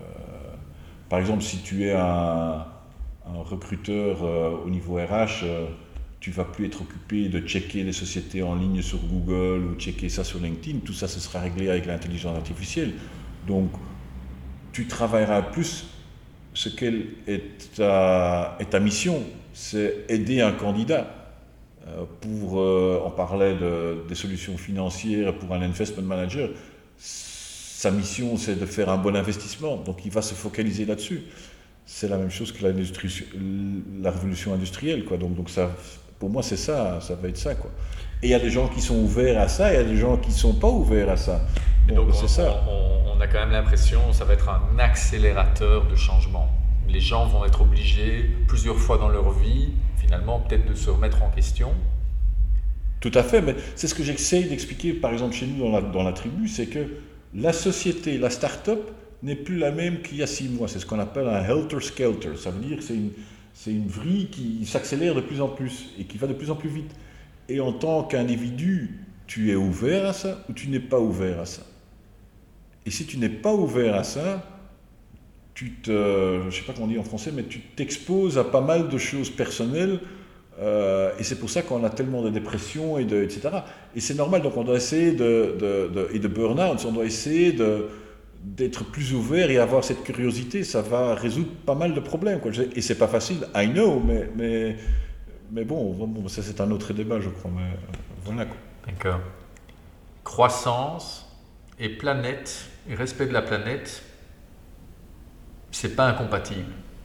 par exemple, si tu es un, un recruteur euh, au niveau R H, euh, tu vas plus être occupé de checker les sociétés en ligne sur Google ou checker ça sur LinkedIn. Tout ça, ce sera réglé avec l'intelligence artificielle. Donc, tu travailleras plus. Ce qu'elle est ta, est ta mission, c'est aider un candidat. Euh, Pour, euh, on parlait de, des solutions financières pour un investment manager. Sa mission, c'est de faire un bon investissement. Donc, il va se focaliser là-dessus. C'est la même chose que l'industrie- la révolution industrielle, quoi. Donc, donc ça, pour moi, c'est ça. Ça va être ça, quoi. Et il y a des gens qui sont ouverts à ça, et il y a des gens qui ne sont pas ouverts à ça. Et donc, Donc, on, c'est ça. on- on a quand même l'impression que ça va être un accélérateur de changement. Les gens vont être obligés, plusieurs fois dans leur vie, finalement, peut-être de se remettre en question. Tout à fait, mais c'est ce que j'essaye d'expliquer, par exemple, chez nous dans la, dans la tribu, c'est que la société, la start-up n'est plus la même qu'il y a six mois. C'est ce qu'on appelle un helter-skelter. Ça veut dire que c'est une, c'est une vrille qui s'accélère de plus en plus et qui va de plus en plus vite. Et en tant qu'individu, tu es ouvert à ça ou tu n'es pas ouvert à ça. Et si tu n'es pas ouvert à ça, tu te, je ne sais pas comment on dit en français, mais tu t'exposes à pas mal de choses personnelles. Euh, et c'est pour ça qu'on a tellement de dépression et de, et cetera. Et c'est normal, donc on doit essayer de, de, de et de burn-out, on doit essayer de, d'être plus ouvert et avoir cette curiosité. Ça va résoudre pas mal de problèmes, quoi. Et c'est pas facile, I know, mais, mais, mais bon, bon, ça c'est un autre débat, je crois. Mais euh, voilà, quoi. D'accord. Croissance et planète, et respect de la planète, c'est pas incompatible.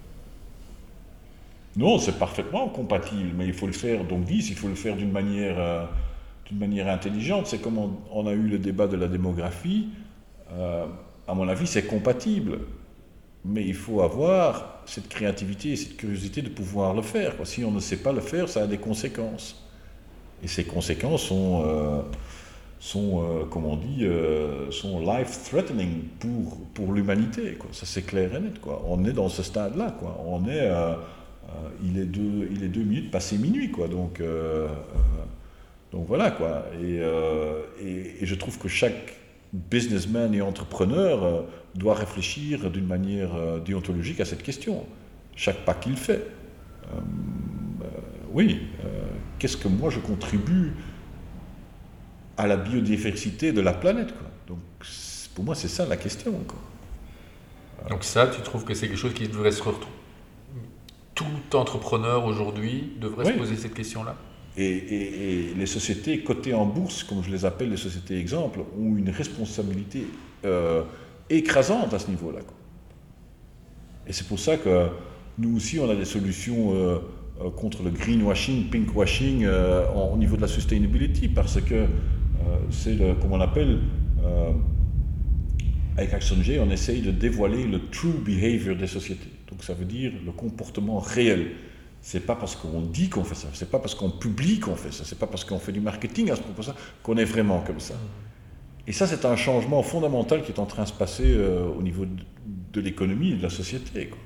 Non, c'est parfaitement compatible, mais il faut le faire, donc dix, il faut le faire d'une manière, euh, d'une manière intelligente. C'est comme on, on a eu le débat de la démographie. Euh, à mon avis, c'est compatible. Mais il faut avoir cette créativité et cette curiosité de pouvoir le faire, quoi. Si on ne sait pas le faire, ça a des conséquences. Et ces conséquences sont, euh, sont euh, comme on dit, euh, sont life-threatening pour, pour l'humanité, quoi. Ça, c'est clair et net, quoi. On est dans ce stade-là, quoi. On est... Euh, Euh, il, est deux, il est deux minutes passé minuit, quoi. Donc, euh, euh, donc voilà, quoi. Et, euh, et, et je trouve que chaque businessman et entrepreneur euh, doit réfléchir d'une manière euh, déontologique à cette question. Chaque pas qu'il fait. Euh, euh, oui, euh, qu'est-ce que moi je contribue à la biodiversité de la planète, quoi. Donc pour moi c'est ça la question, quoi. Donc ça, tu trouves que c'est quelque chose qui devrait se retrouver? Tout entrepreneur aujourd'hui devrait Oui. se poser cette question-là? Et, et, et les sociétés cotées en bourse, comme je les appelle les sociétés exemples, ont une responsabilité euh, écrasante à ce niveau-là, quoi. Et c'est pour ça que nous aussi, on a des solutions euh, euh, contre le greenwashing, pinkwashing euh, au niveau de la sustainability, parce que euh, c'est, le, comme on appelle, euh, avec ActionG, on essaye de dévoiler le true behavior des sociétés. Donc ça veut dire le comportement réel. C'est pas parce qu'on dit qu'on fait ça, c'est pas parce qu'on publie qu'on fait ça, c'est pas parce qu'on fait du marketing à ce propos ça qu'on est vraiment comme ça. Et ça, c'est un changement fondamental qui est en train de se passer euh, au niveau de, de l'économie et de la société, quoi.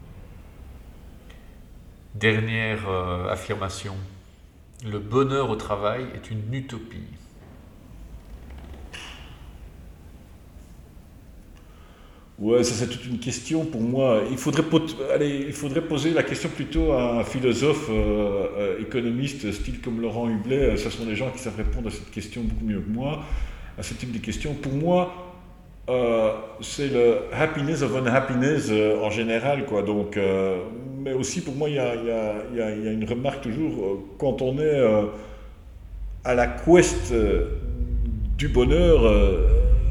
Dernière euh, affirmation. Le bonheur au travail est une utopie. Ouais, ça c'est toute une question pour moi. Il faudrait, pot- allez, il faudrait poser la question plutôt à un philosophe, euh, euh, économiste, style comme Laurent Hublet. Ce sont des gens qui savent répondre à cette question beaucoup mieux que moi, à ce type de questions. Pour moi, euh, c'est le happiness of unhappiness euh, en général, quoi. Donc, euh, mais aussi pour moi, il y a, il y a, il y a, il y a une remarque toujours, euh, quand on est euh, à la quest euh, du bonheur, euh,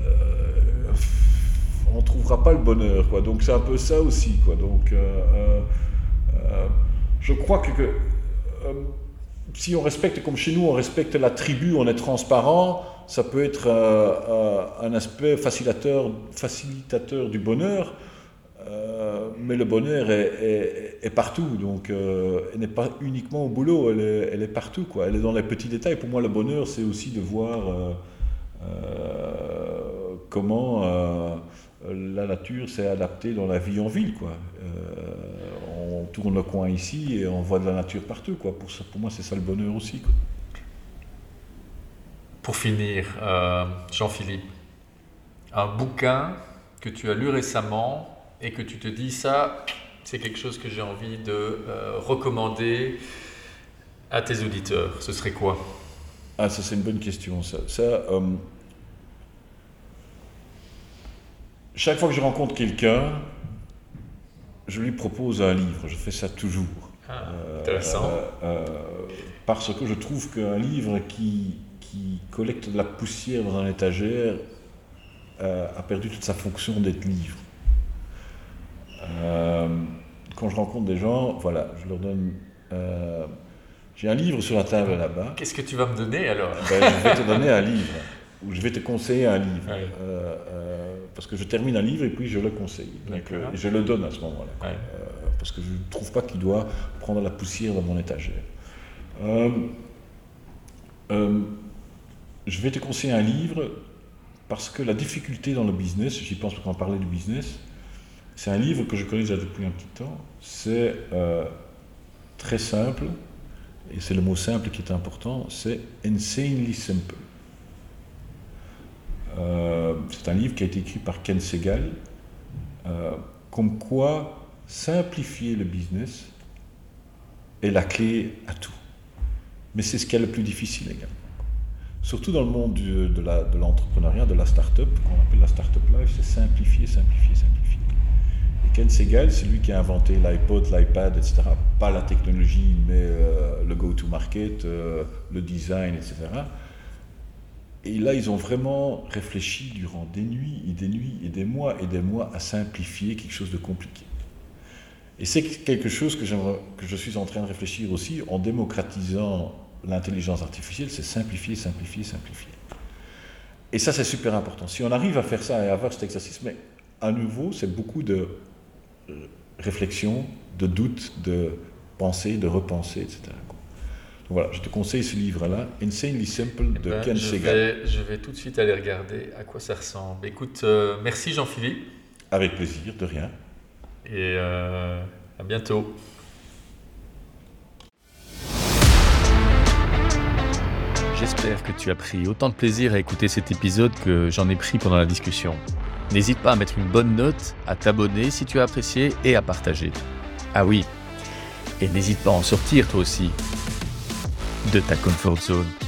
on ne trouvera pas le bonheur, quoi. Donc c'est un peu ça aussi, quoi. Donc euh, euh, je crois que, que euh, si on respecte, comme chez nous, on respecte la tribu, on est transparent, ça peut être euh, euh, un aspect facilitateur, facilitateur du bonheur, euh, mais le bonheur est, est, est partout, donc euh, elle n'est pas uniquement au boulot, elle est, elle est partout, quoi. Elle est dans les petits détails. Pour moi, le bonheur, c'est aussi de voir euh, euh, comment euh, la nature s'est adaptée dans la vie en ville, quoi. Euh, on tourne le coin ici et on voit de la nature partout, quoi. Pour, ça, pour moi, c'est ça le bonheur aussi, quoi. Pour finir, euh, Jean-Philippe, un bouquin que tu as lu récemment et que tu te dis, ça, c'est quelque chose que j'ai envie de euh, recommander à tes auditeurs, ce serait quoi? Ah, ça c'est une bonne question, ça. ça euh, chaque fois que je rencontre quelqu'un, je lui propose un livre, je fais ça toujours. Ah, intéressant. Euh, euh, parce que je trouve qu'un livre qui, qui collecte de la poussière dans un étagère euh, a perdu toute sa fonction d'être livre. Euh, quand je rencontre des gens, voilà, je leur donne... Euh, j'ai un livre sur la table là-bas. Qu'est-ce que tu vas me donner alors? Ben, je vais te donner un livre, ou je vais te conseiller un livre. Ouais. Euh, euh, parce que je termine un livre et puis je le conseille. Donc, euh, et je le donne à ce moment-là. Ouais. Euh, parce que je ne trouve pas qu'il doit prendre la poussière dans mon étagère. Euh, euh, je vais te conseiller un livre parce que la difficulté dans le business, j'y pense quand on parlait du business, c'est un livre que je connais déjà depuis un petit temps. C'est euh, très simple. Et c'est le mot simple qui est important, c'est Insanely Simple. Euh, c'est un livre qui a été écrit par Ken Segall, euh, comme quoi simplifier le business est la clé à tout. Mais c'est ce qui est le plus difficile également. Surtout dans le monde du, de, la, de l'entrepreneuriat, de la start-up, qu'on appelle la start-up life, c'est simplifier, simplifier, simplifier. Ken Segall, c'est lui qui a inventé l'iPod, l'iPad, et cetera. Pas la technologie, mais euh, le go-to-market, euh, le design, et cetera. Et là, ils ont vraiment réfléchi durant des nuits et des nuits et des mois et des mois à simplifier quelque chose de compliqué. Et c'est quelque chose que, que je suis en train de réfléchir aussi en démocratisant l'intelligence artificielle, c'est simplifier, simplifier, simplifier. Et ça, c'est super important. Si on arrive à faire ça et à avoir cet exercice, mais à nouveau, c'est beaucoup de réflexion, de doute, de penser, de repenser, et cetera. Donc voilà, je te conseille ce livre-là, Insanely Simple de ben, Ken je Segall. Vais, je vais tout de suite aller regarder à quoi ça ressemble. Écoute, euh, merci Jean-Philippe. Avec plaisir, de rien. Et euh, à bientôt. J'espère que tu as pris autant de plaisir à écouter cet épisode que j'en ai pris pendant la discussion. N'hésite pas à mettre une bonne note, à t'abonner si tu as apprécié et à partager. Ah oui, et n'hésite pas à en sortir toi aussi de ta comfort zone.